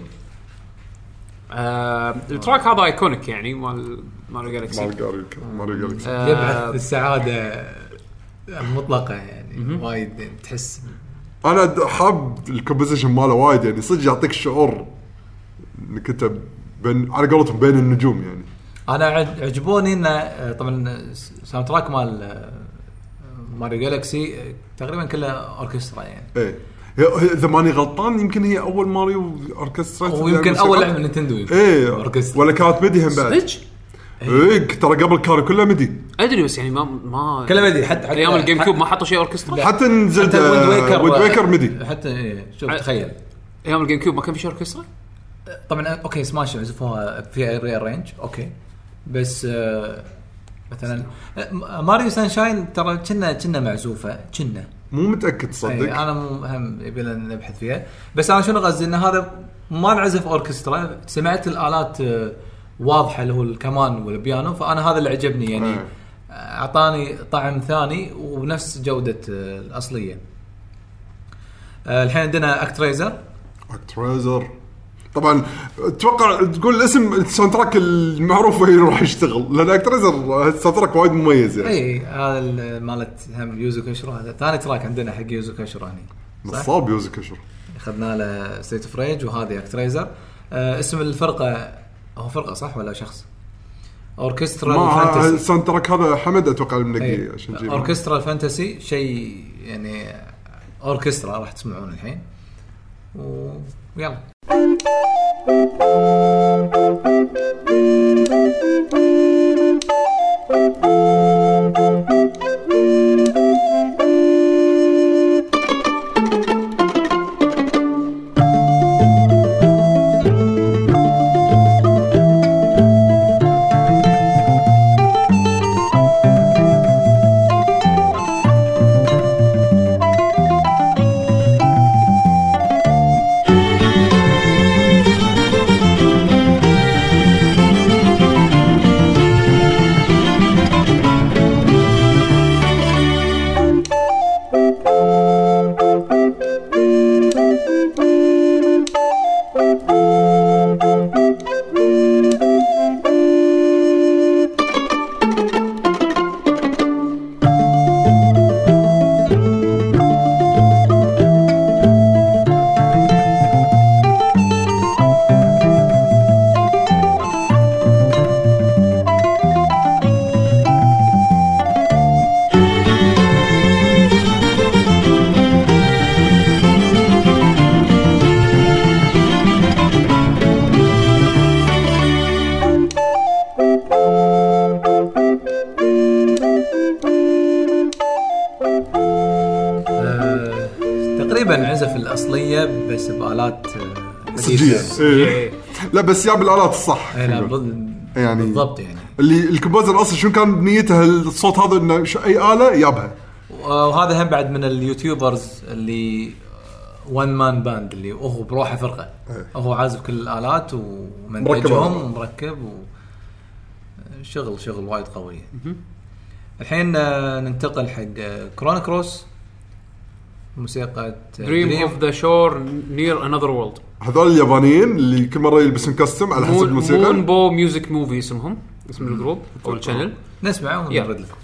التراك هذا ايكونيك يعني مال ماريو جالكسي. يبعث السعاده المطلقه يعني وايد تحس. انا حاب الكومبوزيشن ماله وايد يعني صدق يعطيك شعور انك انت بين على قولتهم بين النجوم يعني. انا عجبوني انه طبعا ساوند تراك مال ماريو جالكسي تقريبا كله اوركسترا يعني. ايه اذا ماني غلطان يمكن هي اول ماريو اوركسترا ويمكن اول لعبه نينتندو. ايه اوركسترا ولا كانت ميدي هم بعد. ايه ترى قبل كان كله ميدي ادري بس يعني ما كله ميدي حتى ايام الجيم كيوب ما حطوا شيء اوركسترا. حتى نزلت ويد ويكر ميدي حتى إيه شوف تخيل ايام الجيم كيوب ما كان في شيء اوركسترا. طبعا اوكي سماش عزفوها فيها ري رينج اوكي بس مثلا ماريو سانشاين ترى كنا معزوفه كنا مو متاكد صدق. انا هم يبي لنا نبحث فيها بس انا شنو قصدي ان هذا ما نعزف اوركسترا. سمعت الالات واضحه اللي هو الكمان والبيانو فانا هذا اللي عجبني يعني اعطاني طعم ثاني ونفس جوده الاصليه. الحين عندنا اكتريزر طبعا اتوقع تقول الاسم الساوند تراك المعروف يروح يشتغل لان اكتريزر الساوند تراك وايد مميز يعني. اي هذا مالت هم يوزو كاشرو هذا ثاني تراك عندنا حق يوزو كاشرو هني نصاب يوزو كاشرو اخذنا له ستيت اوف ريج وهذه اكتريزر. اسم الفرقه هو فرقه صح ولا شخص؟ اوركسترا الفانتسي. الساوند تراك هذا حمد اتوقع المنقي عشان جيبه اوركسترا الفانتسي شيء يعني اوركسترا راح تسمعون الحين ويلا. تقريبا عزف الأصلية بس بآلات حديثة. إيه. لا بس يا بالآلات الصح يعني بالضبط يعني اللي الكومبوزر أصلا شو كان بنيته الصوت هذا إنه أي آلة يابها. وهذا هم بعد من اليوتيوبرز اللي وان مان باند اللي هو بروحه فرقة هو عازف كل الآلات ومنتجهم ومركب شغل وايد قوي. الحين ننتقل حق كرون كروس موسيقى دريم اوف ذا شور نير انذر وورلد. هذول اليابانيين اللي كل مره يلبسون كاستم على حسب الموسيقى. مون بو ميوزك موفي اسمهم اسم الجروب او الشانل. نسمعه ونرد لكم.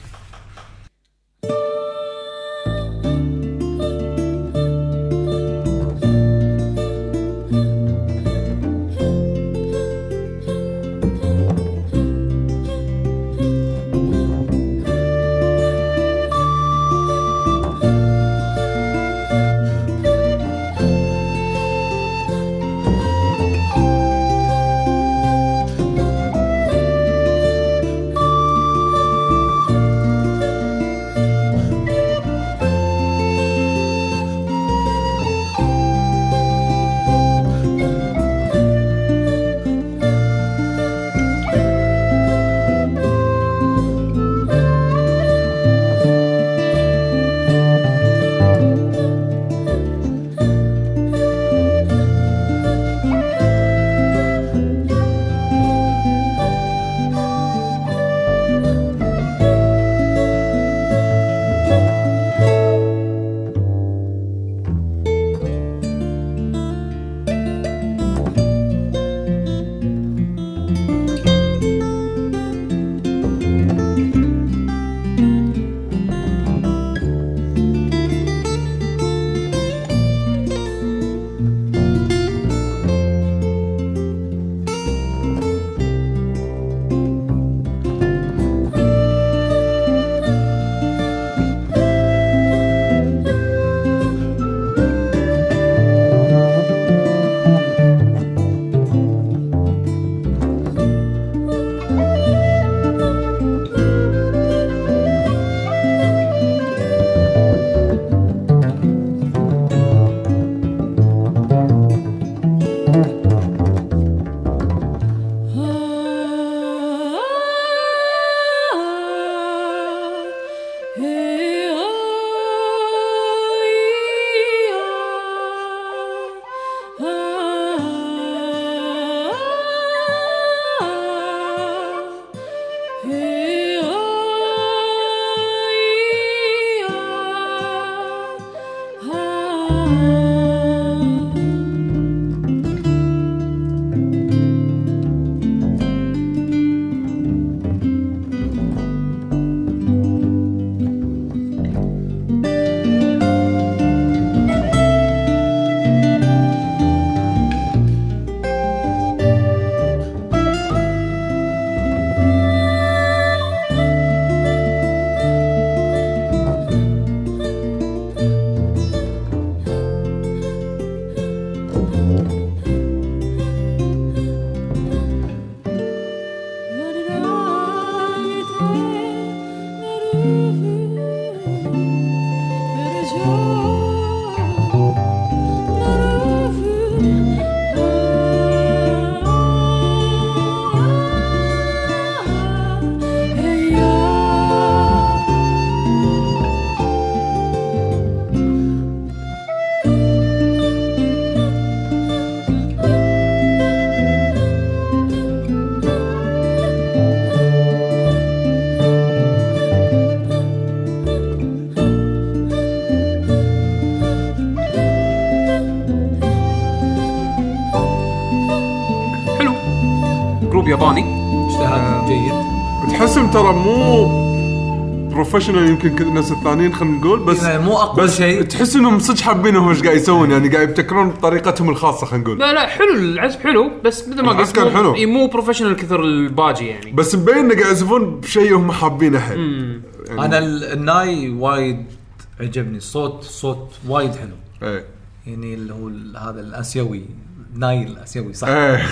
اجتهاد جيد. تحسهم ترى مو بروفيشنال يمكن كل الناس الثانيين خلينا نقول بس يعني مو اقوى بس شيء. تحس انهم صدق حابينهم ايش قاعد يسوون يعني قاعد يبتكرون بطريقتهم الخاصه خلينا نقول. لا حلو العزف حلو بس مثل ما قلت مو بروفيشنال كثر الباجي يعني بس مبين انه قاعد يعزفون بشيء هم حابينه حيل يعني انا الناي وايد عجبني صوت وايد حلو ايه يعني اللي هو هذا الاسيوي ناي الاسيوي صح ايه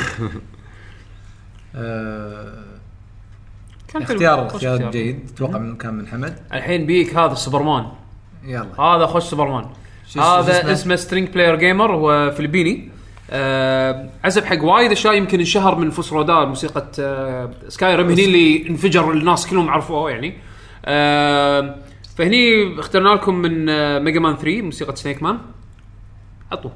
كان اختيار جيد اتوقع كان من حمد. الحين بيك هذا سوبرمان يلا هذا خوش سوبرمان هذا اسمه سترينج بلاير جيمر هو فلبيني عزف حق وايد اشياء يمكن انشهر من فوسرودا موسيقى سكايرم هني اللي انفجر الناس كلهم عرفوه يعني فهني اخترنا لكم من ميجا مان 3 موسيقى سنيك مان حطوا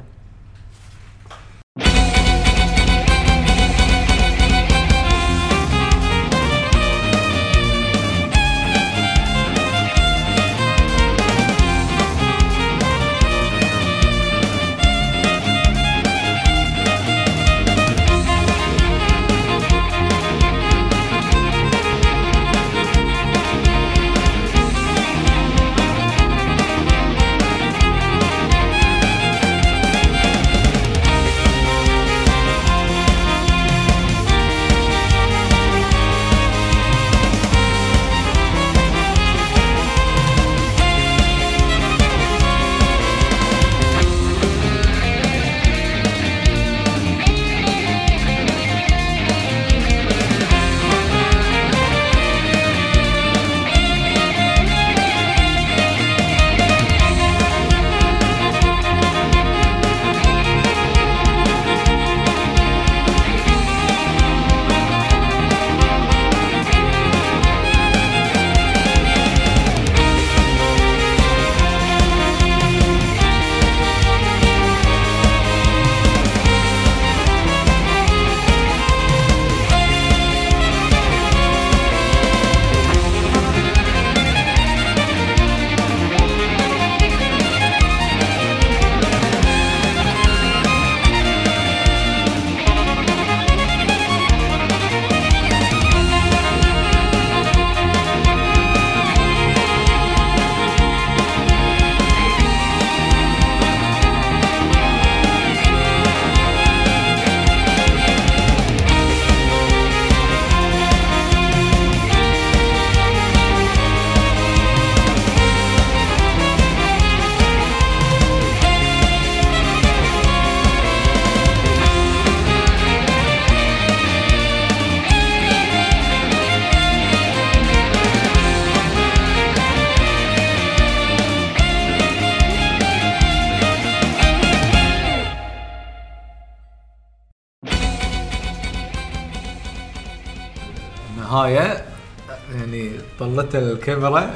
نهاية يعني طلت الكاميرا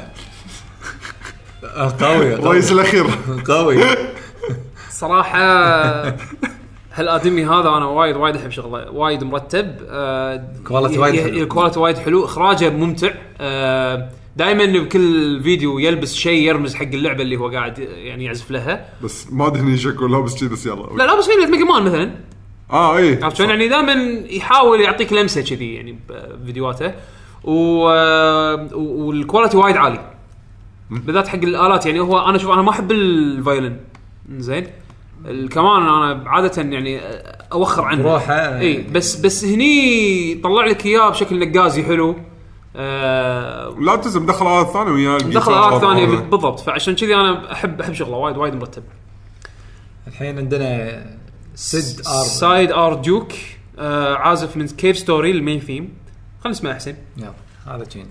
قوي رئيس الأخير قوي صراحة هالآدمي هذا أنا وايد أحب شغله وايد مرتب الكواليتي وايد حلو إخراجه ممتع دائما بكل فيديو يلبس شيء يرمز حق اللعبة اللي هو قاعد يعني يعزف لها بس ما أدري شكله لابس شيء بس يلا لا لابس فيه ميجا مان مثلا ايه عرفت يعني دائما يحاول يعطيك لمسه كذي يعني بفيديوهاته والكواليتي وايد عالي بالذات حق الآلات يعني هو انا شوف انا ما احب الفايولين زين الكمان انا عاده يعني اوخر عنه اي بس هني طلع لك اياه بشكل نقازي حلو لا تزم دخل آلات ثانيه وياه دخل آلات ثانيه بالضبط فعشان كذي انا احب شغله وايد مرتب. الحين عندنا سايد ار دوك عازف من كيف ستوري المين ثيم خلينا نسمع احسن يلا هذا تشينج.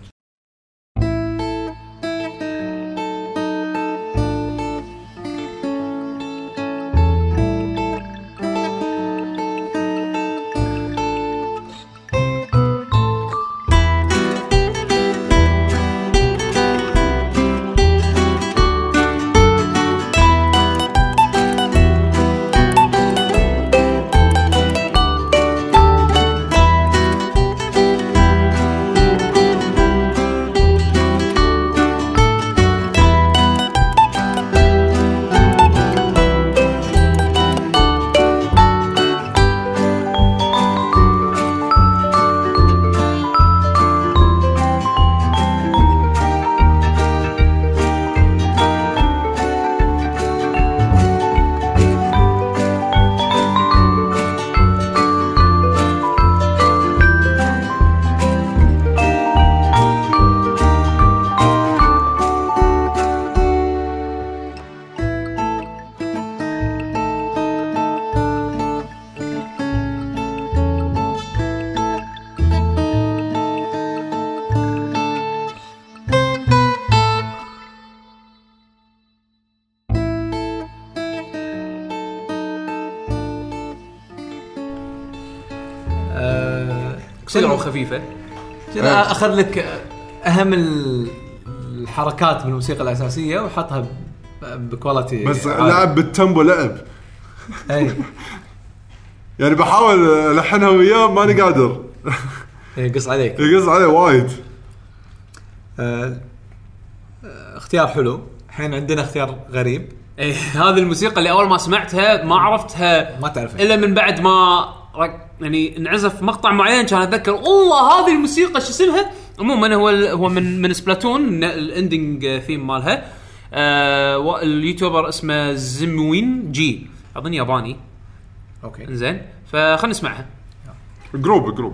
قصيره وخفيفه. اخذ لك اهم الحركات من الموسيقى الاساسيه وحطها بكواليتي بس لعب بالتمبو لعب. اي يعني بحاول الحنها وياه ماني قادر. يقص عليك، يقص عليه وايد. اختيار حلو. الحين عندنا اختيار غريب. ايه هذه الموسيقى اللي اول ما سمعتها ما عرفتها، ما تعرفها الا من بعد ما يعني انعزف مقطع معين كان اتذكر والله هذه الموسيقى شو اسمها. عموما هو من سبلاتون الاندنج ثيم مالها. اليوتيوبر اسمه زموين جي، اظن ياباني. اوكي زين، فخلنا نسمعها. جروب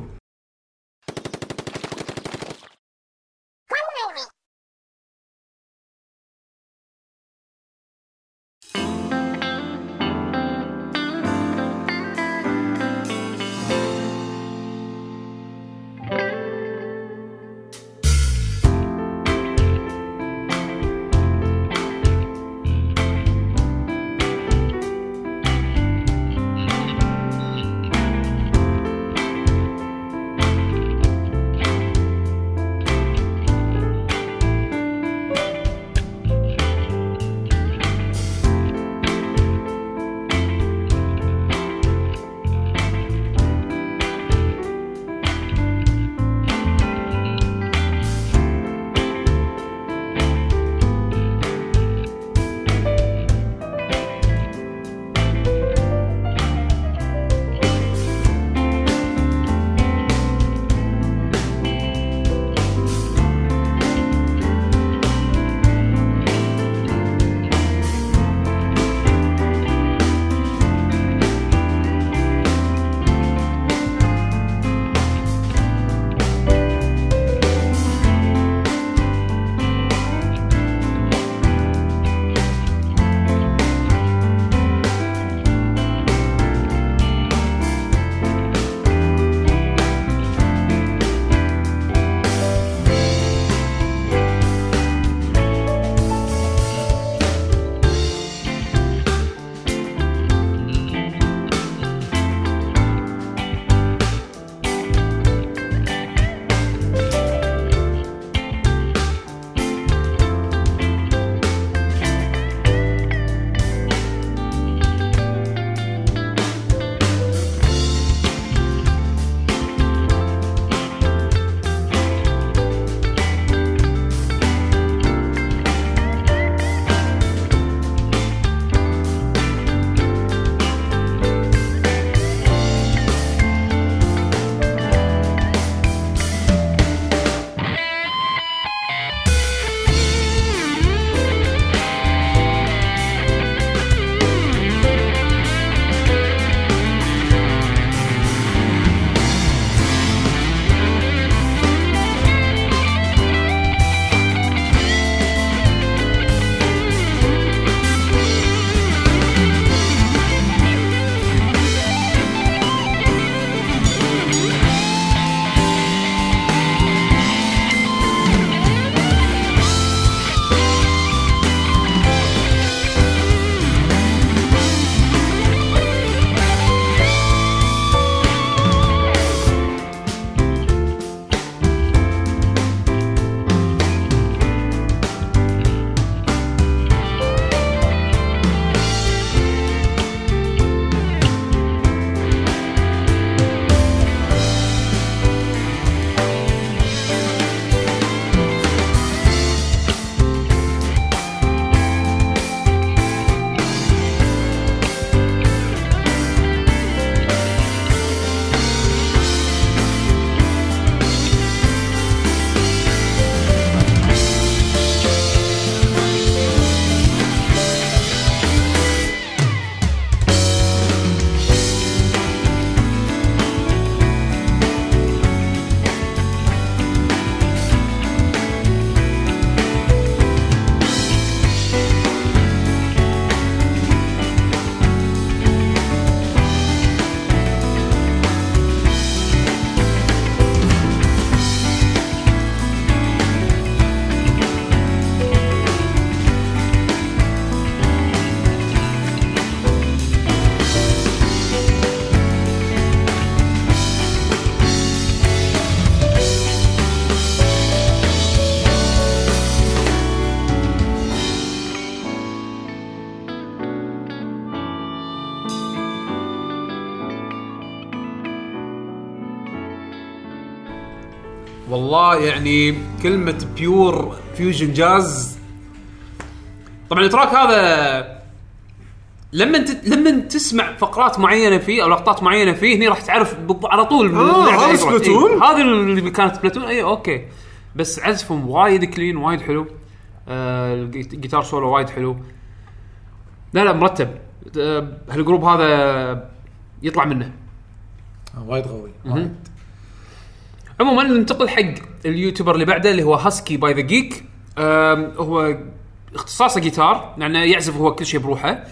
والله يعني كلمة بيور فيوجن جاز. طبعا التراك هذا لما تسمع فقرات معينة فيه أو لقطات معينة فيه هني راح تعرف على طول هذا سبلاتون. هذا اللي كانت سبلاتون. أي أوكي، بس عزفهم وايد كلين وايد حلو. الجيتار سولو وايد حلو. لا مرتب. هالجروب هذا يطلع منه وايد قوي وايد. عموما ننتقل حق اليوتيوبر اللي بعده اللي هو هاسكي باي ذا جيك. هو اختصاصه جيتار لأنه يعزف هو كل شيء بروحه.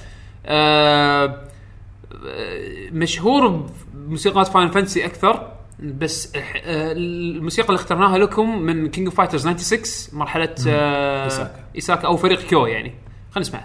مشهور بموسيقى فاين فانتسي أكثر، بس الموسيقى اللي اخترناها لكم من كينج اوف فايترز 96 مرحلة إيساكا أو فريق كيو يعني. خلينا نسمعها.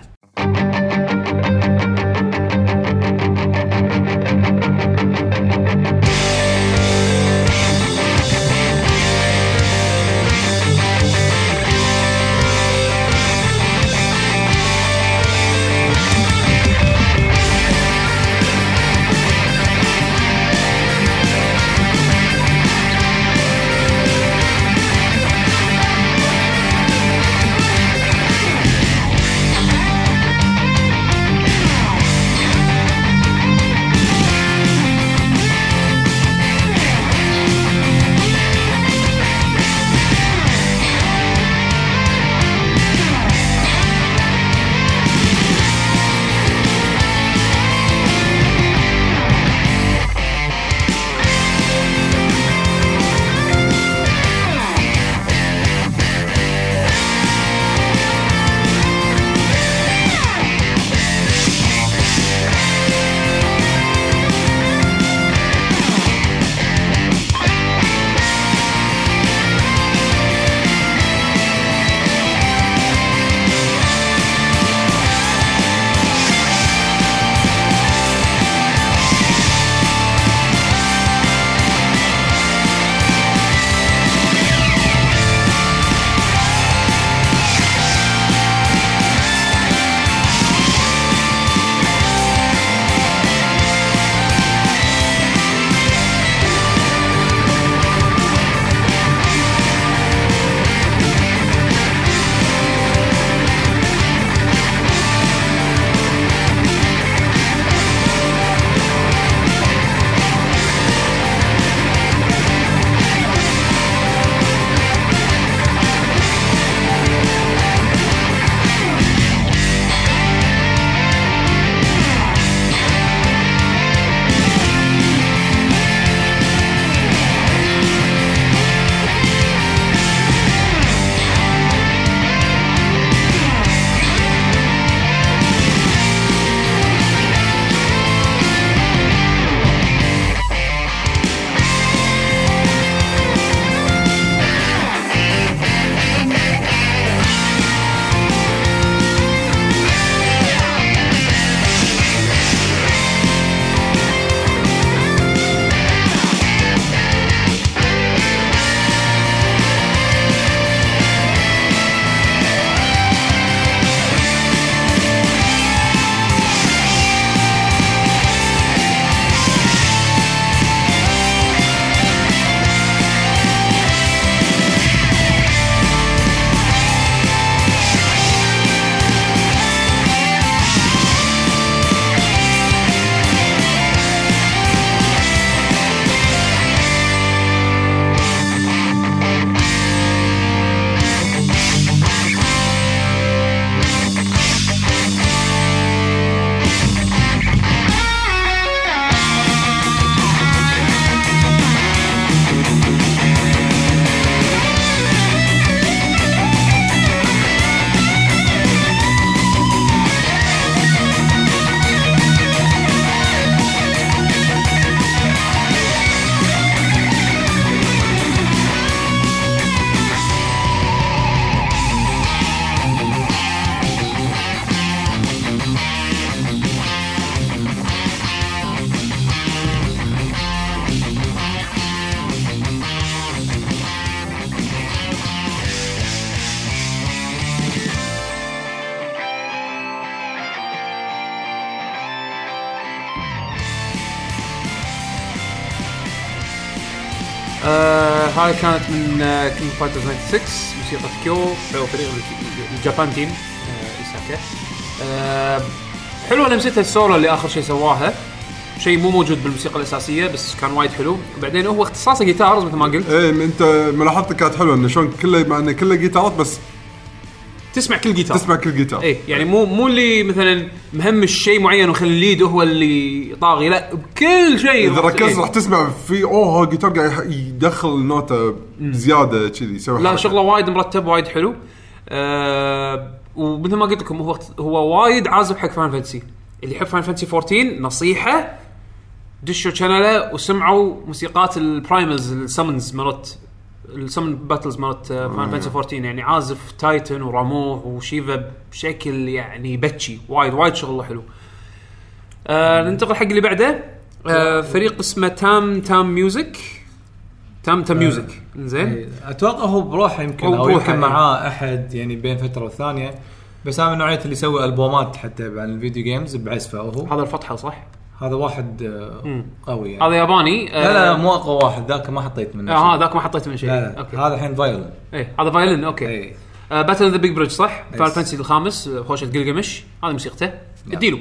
هاي كانت من كينج فايترز 96 موسيقى كيو فريق الجابان تيم إيساكا. حلوة لمسته السولو اللي آخر شيء سواها، شيء مو موجود بالموسيقى الأساسية بس كان وايد حلو. وبعدين هو اختصاصه جيتار مثل ما قلت. إيه أنت ملاحظتك كانت حلوة إنه شلون كله مع إنه كله جيتارات بس تسمع كل جيتار. إيه يعني مو اللي مثلا مهم الشيء معين وخلي الليد هو اللي طاغي، لا بكل شيء إذا ركزت راح تسمع في هو جيتار قاعد يدخل النوتة زيادة كذي يسوي. لا شغله وايد مرتب وايد حلو. ومثل ما قلت لكم هو وايد عازف حق فان فانتسي. اللي يحب فان فانتسي 14 نصيحة دشوا شانله وسمعوا موسيقات البرايملز السمنز مرت السمن باتلز مرت فان فانتسي 14. يعني عازف تايتن وراموه وشيفا بشكل يعني بتشي وايد شغله حلو. ننتقل حق اللي بعده. فريق اسمه تام ميوزك. تام ميوزك زين. اتوقع هو بروحه يمكن او يمكن معاه احد يعني بين فتره وثانيه، بس انا من نوعيه اللي يسوي البومات حتى عن الفيديو جيمز بعزفه. هو هذا الفتحه صح، هذا واحد قوي يعني. هذا ياباني. لا مو اقوى واحد، ذاك ما حطيت منه ذاك ما حطيت من شيء. أوكي. هذا الحين فايولن. ايه هذا فايولن. اوكي باتل ذا بيج بريدج صح. فاينل فانتسي الخامس هوشه جلجمش هذه موسيقته. اديله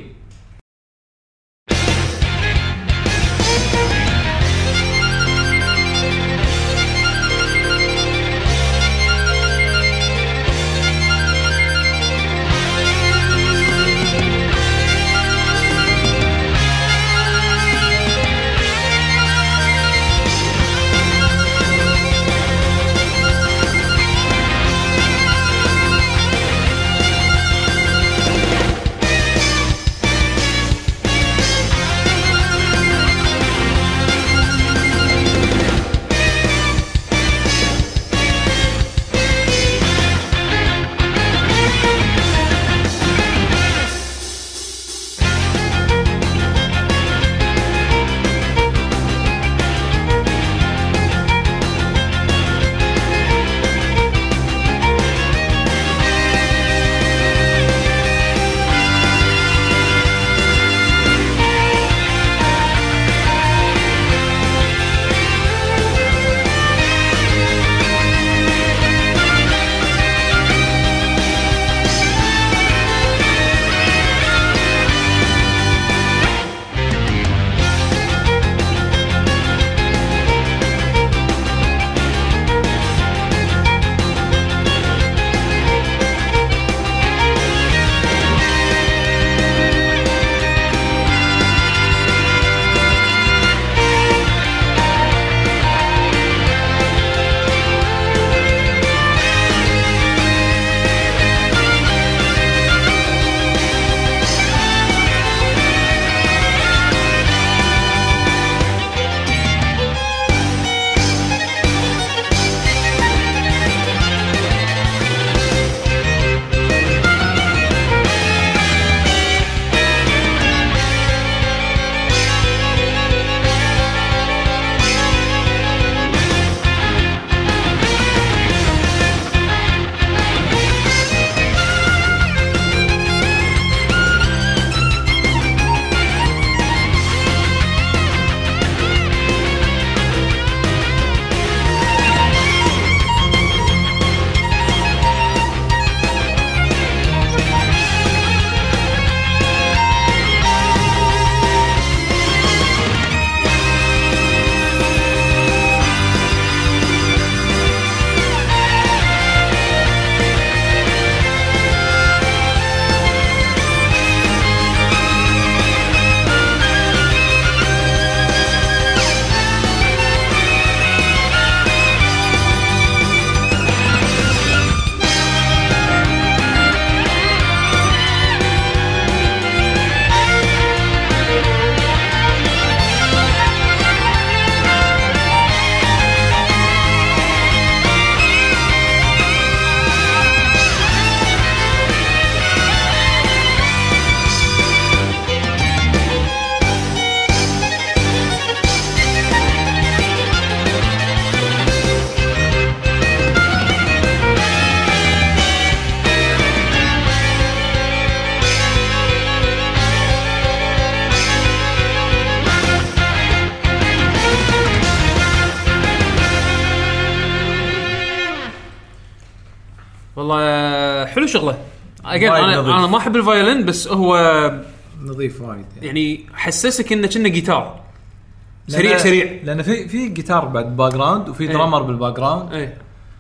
والله حلو شغله. وايد نظيف. انا ما احب الفايولين بس هو نظيف وايد يعني حسسك انه كنا جيتار سريع لان في جيتار بعد باك جراوند وفي درامر بالباك جراوند. ايه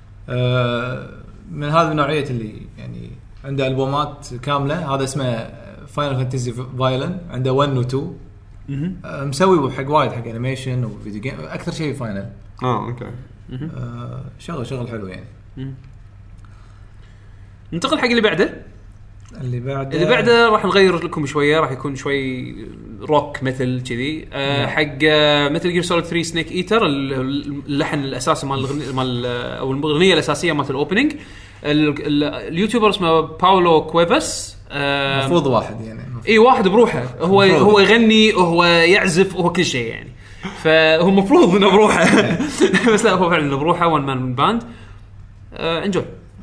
من هذه النوعيه اللي يعني عنده البومات كامله. هذا اسمه فاينل فانتسي فايولين، عنده 1 و 2. مسوي حق وايد حق انيميشن وفيديو جيم اكثر شيء فاينل. اوكي. شغل حلو يعني. ننتقل حق اللي بعده. اللي بعده راح نغير لكم شويه، راح يكون شوي روك مثل كذي. حق مثل جير سوليد 3 سنيك ايتر. اللحن الاساسي مال او الاغنيه الاساسيه مالت الاوبننج. اليوتيوبر اسمه باولو كويفاس. مفروض واحد يعني اي واحد بروحه. هو يغني وهو يعزف وهو كل شيء يعني. فهو مفروض انه بروحه بس لا هو فعلا بروحه. وان مان باند. انجوي.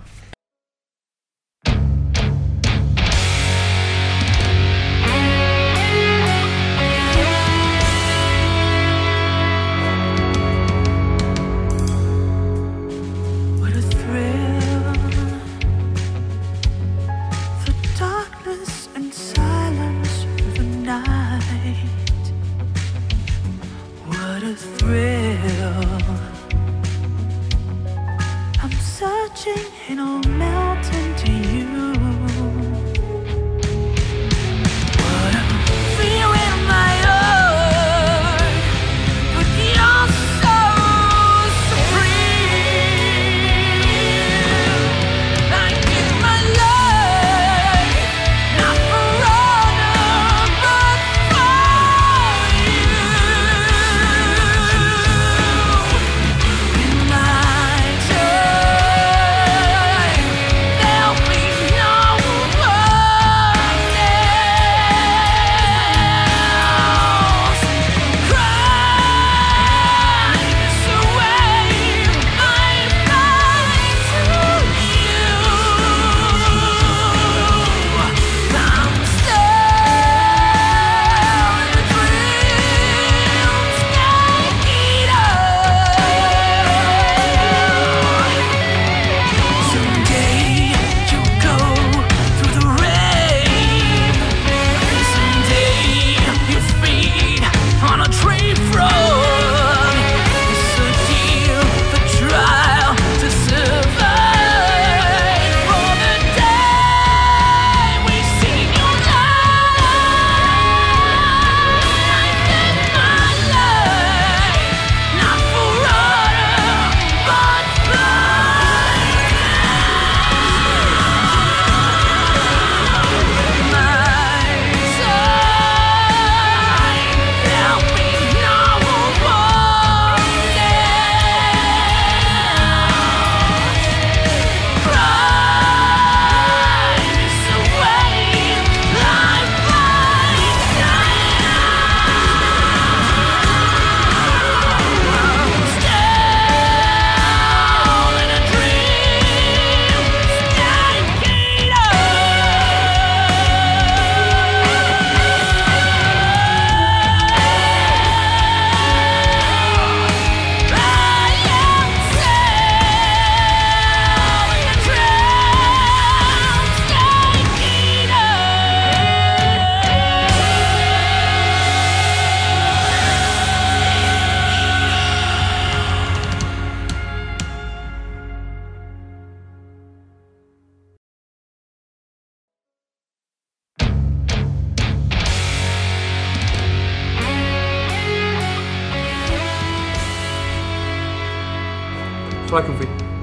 رايكم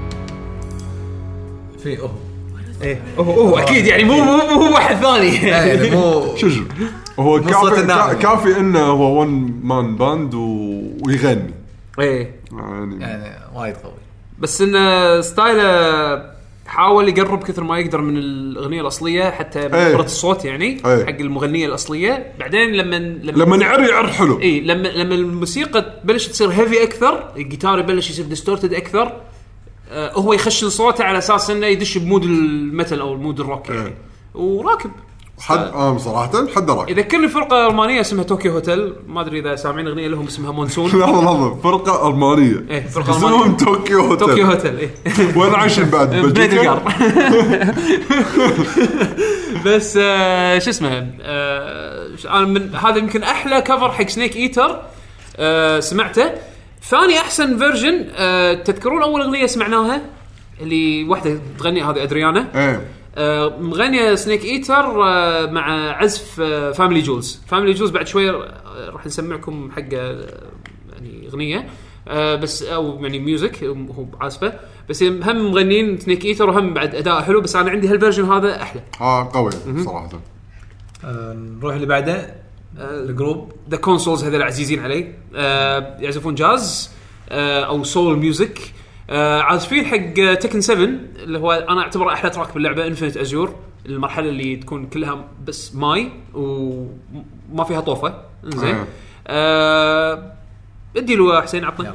فيه ايه اكيد يعني مو واحد ثاني يعني مو شجر هو كافي انه هو ون مان باند ويغني ايه يعني وايد قوي بس انه ستايله حاول يقرب كثر ما يقدر من الاغنيه الاصليه حتى بنبره الصوت يعني حق المغنيه الاصليه. بعدين لما يعر حلو لما الموسيقى تبلش تصير هيفي اكثر الجيتار يبلش يصير ديستورتد اكثر هو يخشن صوته على اساس انه يدش بمود الميتال او المود الروك يعني وراكب حد صراحه حد دراك. يذكرني فرقه المانيه اسمها طوكيو هوتيل، ما ادري اذا سامعين اغنيه لهم اسمها مونسون. لحظه فرقه المانيه ايه فرقه اسمهم المانيه طوكيو طوكيو هوتيل. هوتل. ايه وين عايشين بعد بليد بلجيكا؟ القار. بس شو اسمه انا من هذا يمكن احلى كفر حق سنيك ايتر سمعته. ثاني احسن فيرجن تذكرون اول اغنيه سمعناها اللي واحده تغني هذه ادريانا ايه مغنيه سنيك ايتر مع عزف فاميلي جولز. فاميلي جولز بعد شوي راح نسمعكم حق يعني اغنيه بس او يعني ميوزك هو عازفه، بس هم مغنين سنيك ايتر وهم بعد اداء حلو، بس انا عندي هالفيرجن هذا احلى. قوي صراحه. نروح اللي بعده الجروب ذا كونسولز هذول عزيزين علي، يعزفون جاز او سول ميوزك، عازفين حق تكن 7 اللي هو انا اعتبره احلى تراك باللعبه، انفينيت ازور، المرحله اللي تكون كلها بس ماي وما فيها طوفه. زين ادي له حسين عطنا.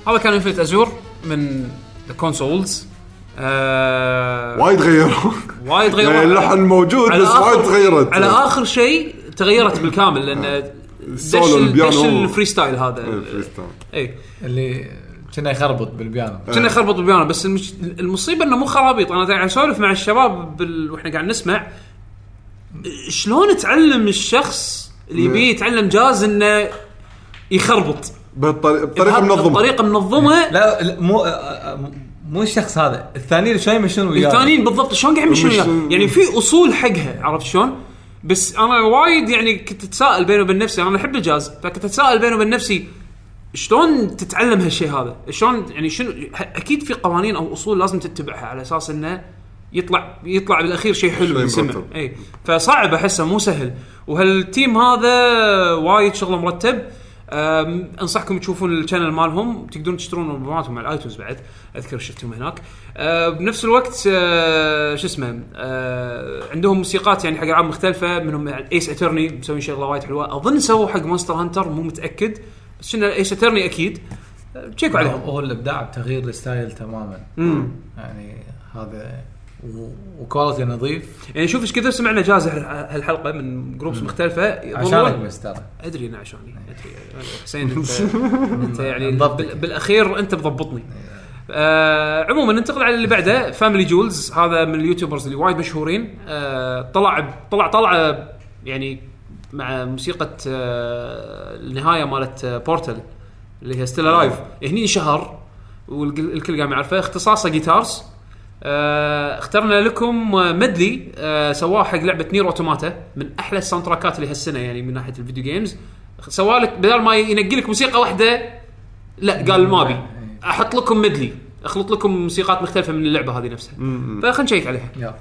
هذا كان انفينيت ازور من الكونسولز. وايد غيروا اللحن موجود بس وايد تغيرت على اخر شيء تغيرت بالكامل لان دش الفري ستايل هذا اي اللي كنا يخربط بالبيانو بس المصيبه انه مو خرابيط. انا قاعد اسولف مع الشباب واحنا قاعد نسمع شلون تعلم الشخص اللي يبي يتعلم جاز انه يخربط بطريقه منظمه. لا مو الشخص هذا، الثانيين شلون يمشون وياه، الثانيين بالضبط شلون قاعد يمشون وياه، يعني في اصول حقها، عرفت شلون؟ بس انا وايد يعني كنت اتساءل بيني وبين نفسي، انا احب الجاز فكنت اتساءل بيني وبين نفسي شلون تتعلم هالشيء هذا، شلون يعني شنو، اكيد في قوانين او اصول لازم تتبعها على اساس انه يطلع بالاخير شيء حلو يسمع. اي فصعب احسه مو سهل، وهالتيم هذا وايد شغله مرتب. انصحكم تشوفون الشانل مالهم، تقدرون تشترون مالهم على الايتونز بعد، اذكر شفتهم هناك. بنفس الوقت شو اسمه، عندهم موسيقات يعني حق العاب مختلفه، منهم ايس اترني مسوين شغله وايد حلوه، اظن سووا حق مونستر هانتر مو متاكد، بس شنو ايس اترني اكيد تشيكوا عليهم. هو الابداع بتغيير الستايل تماما. يعني هذا وكواليتي نظيف. يعني شوف ايش كثر سمعنا جاز هالحلقه من جروبس مختلفه. عشانك بس ترى ادري انا عشاني ادري حسين انت يعني بالاخير انت مضبطني. عموما ننتقل على اللي بعده، فاميلي جولز. هذا من اليوتيوبرز اللي وايد مشهورين. طلع يعني مع موسيقى النهايه مالت بورتال اللي هي ستيل لايف، هني شهر والكل قام يعرفه. اختصاصه جيتارز. اخترنا لكم مدلي سواه حق لعبه نير اوتوماتا، من احلى الساوند تراكات اللي هالسنه يعني من ناحيه الفيديو جيمز. سوالك بدل ما ينقي لك موسيقى واحده، لا قال ما ابي احط لكم مدلي، اخلط لكم موسيقات مختلفه من اللعبه هذه نفسها. فخلينا نشيك عليها.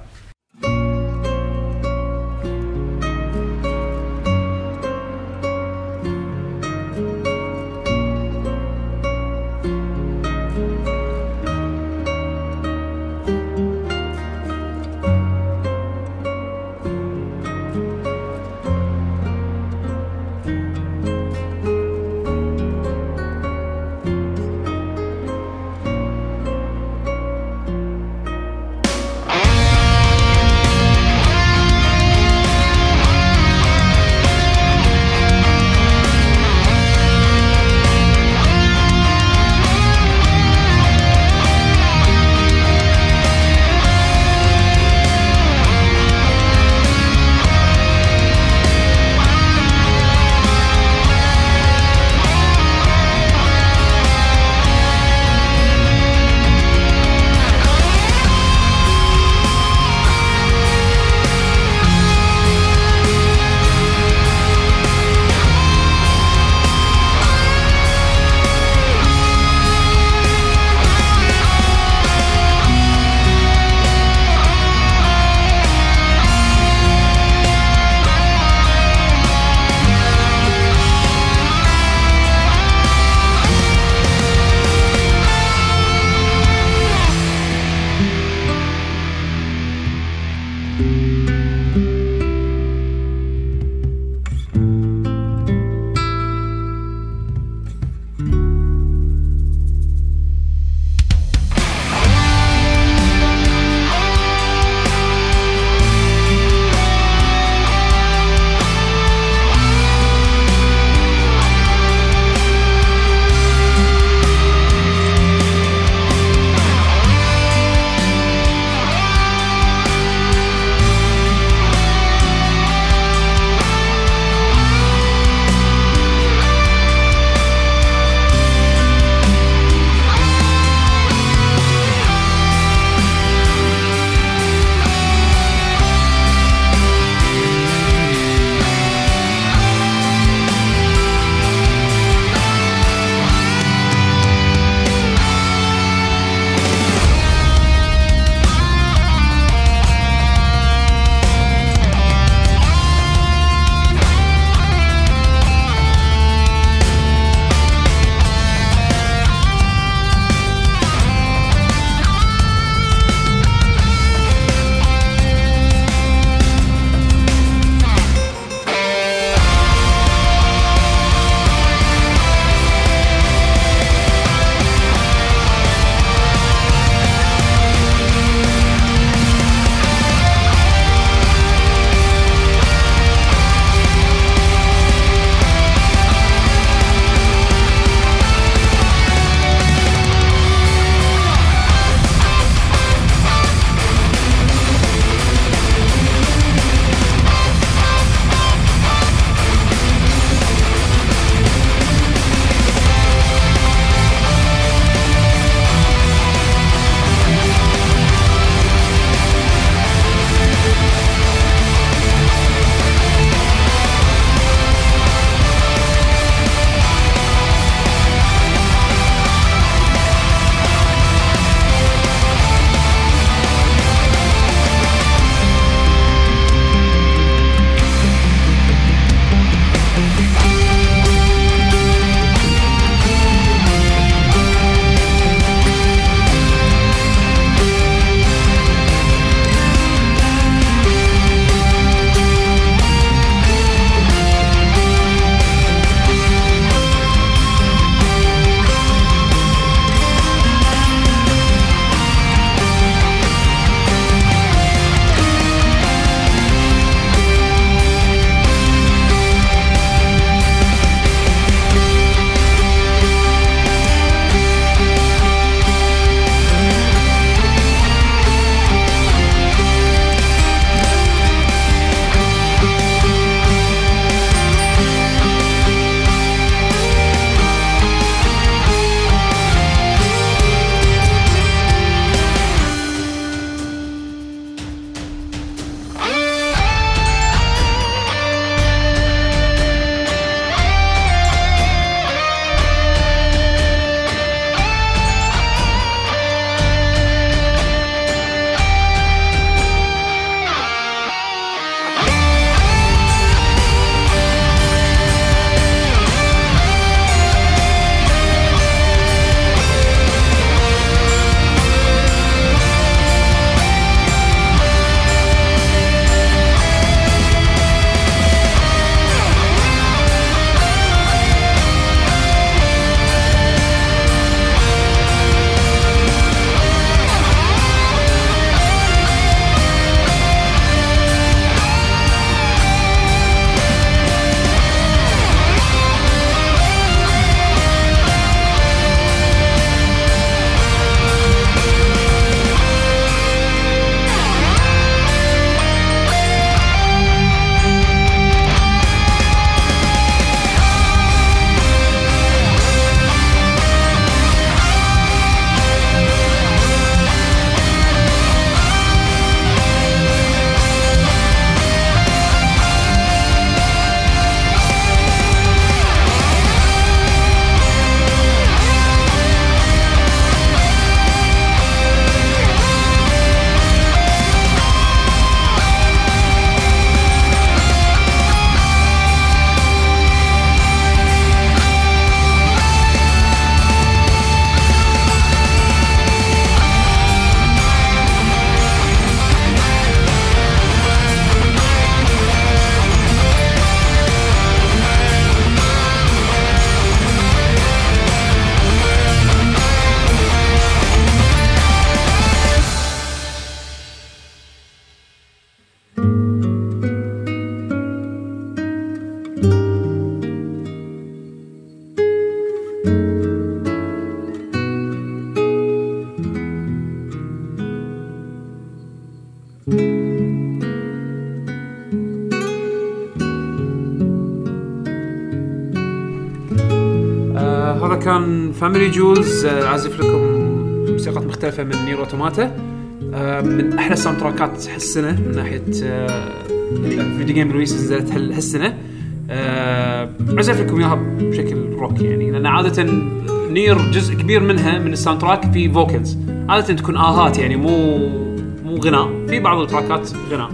هذا كان فاميلي جولز. عازف لكم موسيقات مختلفة من نير أوتوماتا، من أحلى الساوند تراكات هالسنة من ناحية فيديو جيم ريليس نزلت هالسنة. عزف لكم إياها بشكل روك يعني، لأن عادة نير جزء كبير منها من الساوند تراك في فوكلز، عادة تكون آهات يعني مو غناء. في بعض التراكات غناء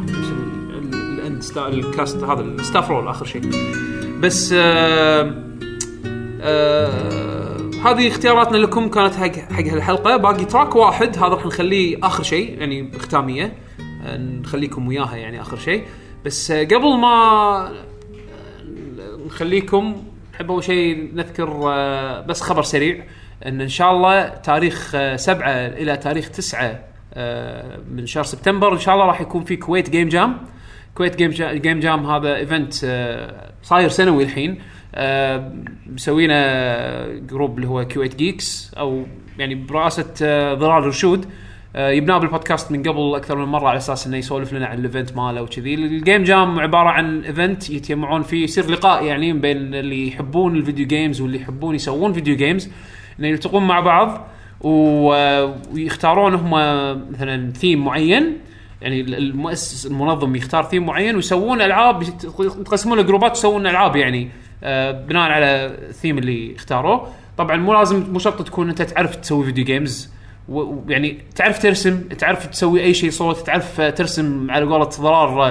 الكاست هذا الستاف رول آخر شيء. بس هذه اختياراتنا لكم كانت حق هالحلقة. باقي تراك واحد هذا راح نخليه آخر شيء يعني ختامية، نخليكم وياها يعني آخر شيء. بس قبل ما نخليكم نحب أول شيء نذكر بس خبر سريع، إن شاء الله تاريخ 7 إلى تاريخ 9 من شهر سبتمبر إن شاء الله راح يكون في كويت جيم جام. كويت جيم جام هذا إيفنت صاير سنوي الحين، مسوينا جروب اللي هو كويت جيكس أو يعني برئاسة ضرار رشود، يبناه بالبودكاست من قبل أكثر من مرة على أساس إنه يسولف لنا عن الإيفنت ماله وكذي. الجيم جام عبارة عن إيفنت يتجمعون فيه، يصير لقاء يعني بين اللي يحبون الفيديو جيمز واللي يحبون يسوون فيديو جيمز، إنه يلتقون مع بعض ويختارون هم مثلا ثيم معين. يعني المؤسس المنظم يختار ثيم معين ويسوون ألعاب، يتقسمون لجروبات يسوون ألعاب يعني بناء على الثيم اللي اختاروه. طبعا مو شرط تكون أنت تعرف تسوي فيديو جيمز، ويعني تعرف ترسم، تعرف تسوي أي شيء صوت، تعرف ترسم على قولة ضرار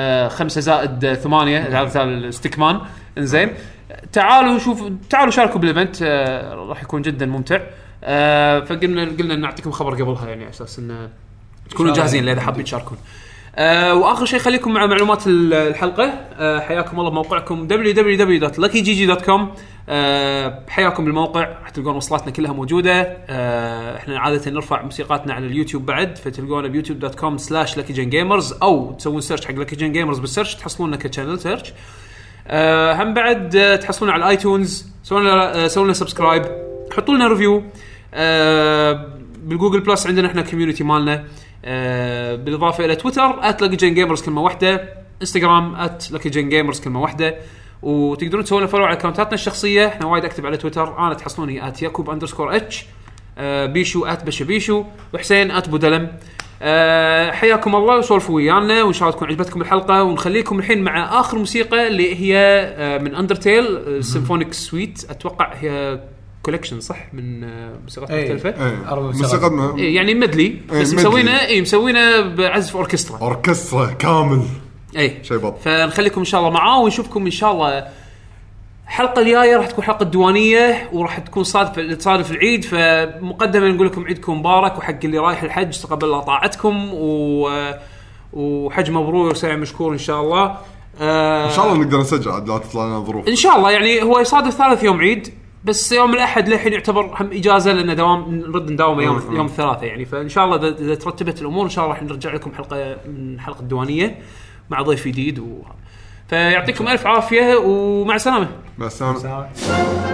5+8 هذا الاستكمان. إنزين تعالوا شاركوا بالإيفنت، راح يكون جدا ممتع. فقلنا نعطيكم خبر قبلها يعني على أساس إنه تكونوا جاهزين لإذا حابين تشاركون. وآخر شيء خليكم مع معلومات الحلقة. حياكم الله موقعكم www.luckygg.com. حياكم بالموقع، راح تلقون وصلاتنا كلها موجودة. احنا عادة نرفع موسيقاتنا على اليوتيوب بعد، فتلقونا byoutube.com/luckygengamers أو تسوون سيرش حق Lucky Gen Gamers بالسيرش تحصلوننا كشانل سيرش. هم بعد تحصلون على الايتونز، سووا لنا سبسكرايب، حطوا لنا ريفيو. بالجوجل بلس عندنا احنا كوميونتي مالنا، بالاضافه الى تويتر @luckygengamers كلمه واحده، انستغرام @luckygengamers كلمه واحده، وتقدرون تسوون فولو على اكونتاتنا الشخصيه. احنا وايد اكتب على تويتر، انا تحصلوني @yakub_h، بيشو @بشبيشو، وحسين @بودلم. حياكم الله وسولفوا ويانا، وان شاء الله تكون عجبتكم الحلقه. ونخليكم الحين مع اخر موسيقى اللي هي من اندرتيل سيمفونيك سويت، اتوقع هي كولكشن صح من موسيقات مختلفه. موسيقى يعني مدلي، بس مسوينا بعزف اوركسترا كامل. شيء بط. فنخليكم ان شاء الله معاه، ونشوفكم ان شاء الله الحلقه الجايه راح تكون حلقه ديوانيه، وراح تكون صادف العيد. فمقدما نقول لكم عيدكم مبارك، وحق اللي رايح الحج تقبل الله طاعتكم، وحج مبرور وسعي مشكور ان شاء الله. ان شاء الله نقدر نسجل عاد لا تطلع لنا ظروف ان شاء الله. يعني هو يصادف 3 يوم عيد، بس يوم الأحد للحين يعتبر هم إجازة، لأن نرد نداوم يوم الثلاثاء يعني. فإن شاء الله إذا ترتبت الأمور إن شاء الله راح نرجع لكم حلقة من حلقة الديوانية مع ضيف جديد فيعطيكم ألف عافية ومع السلامة. مع السلامة.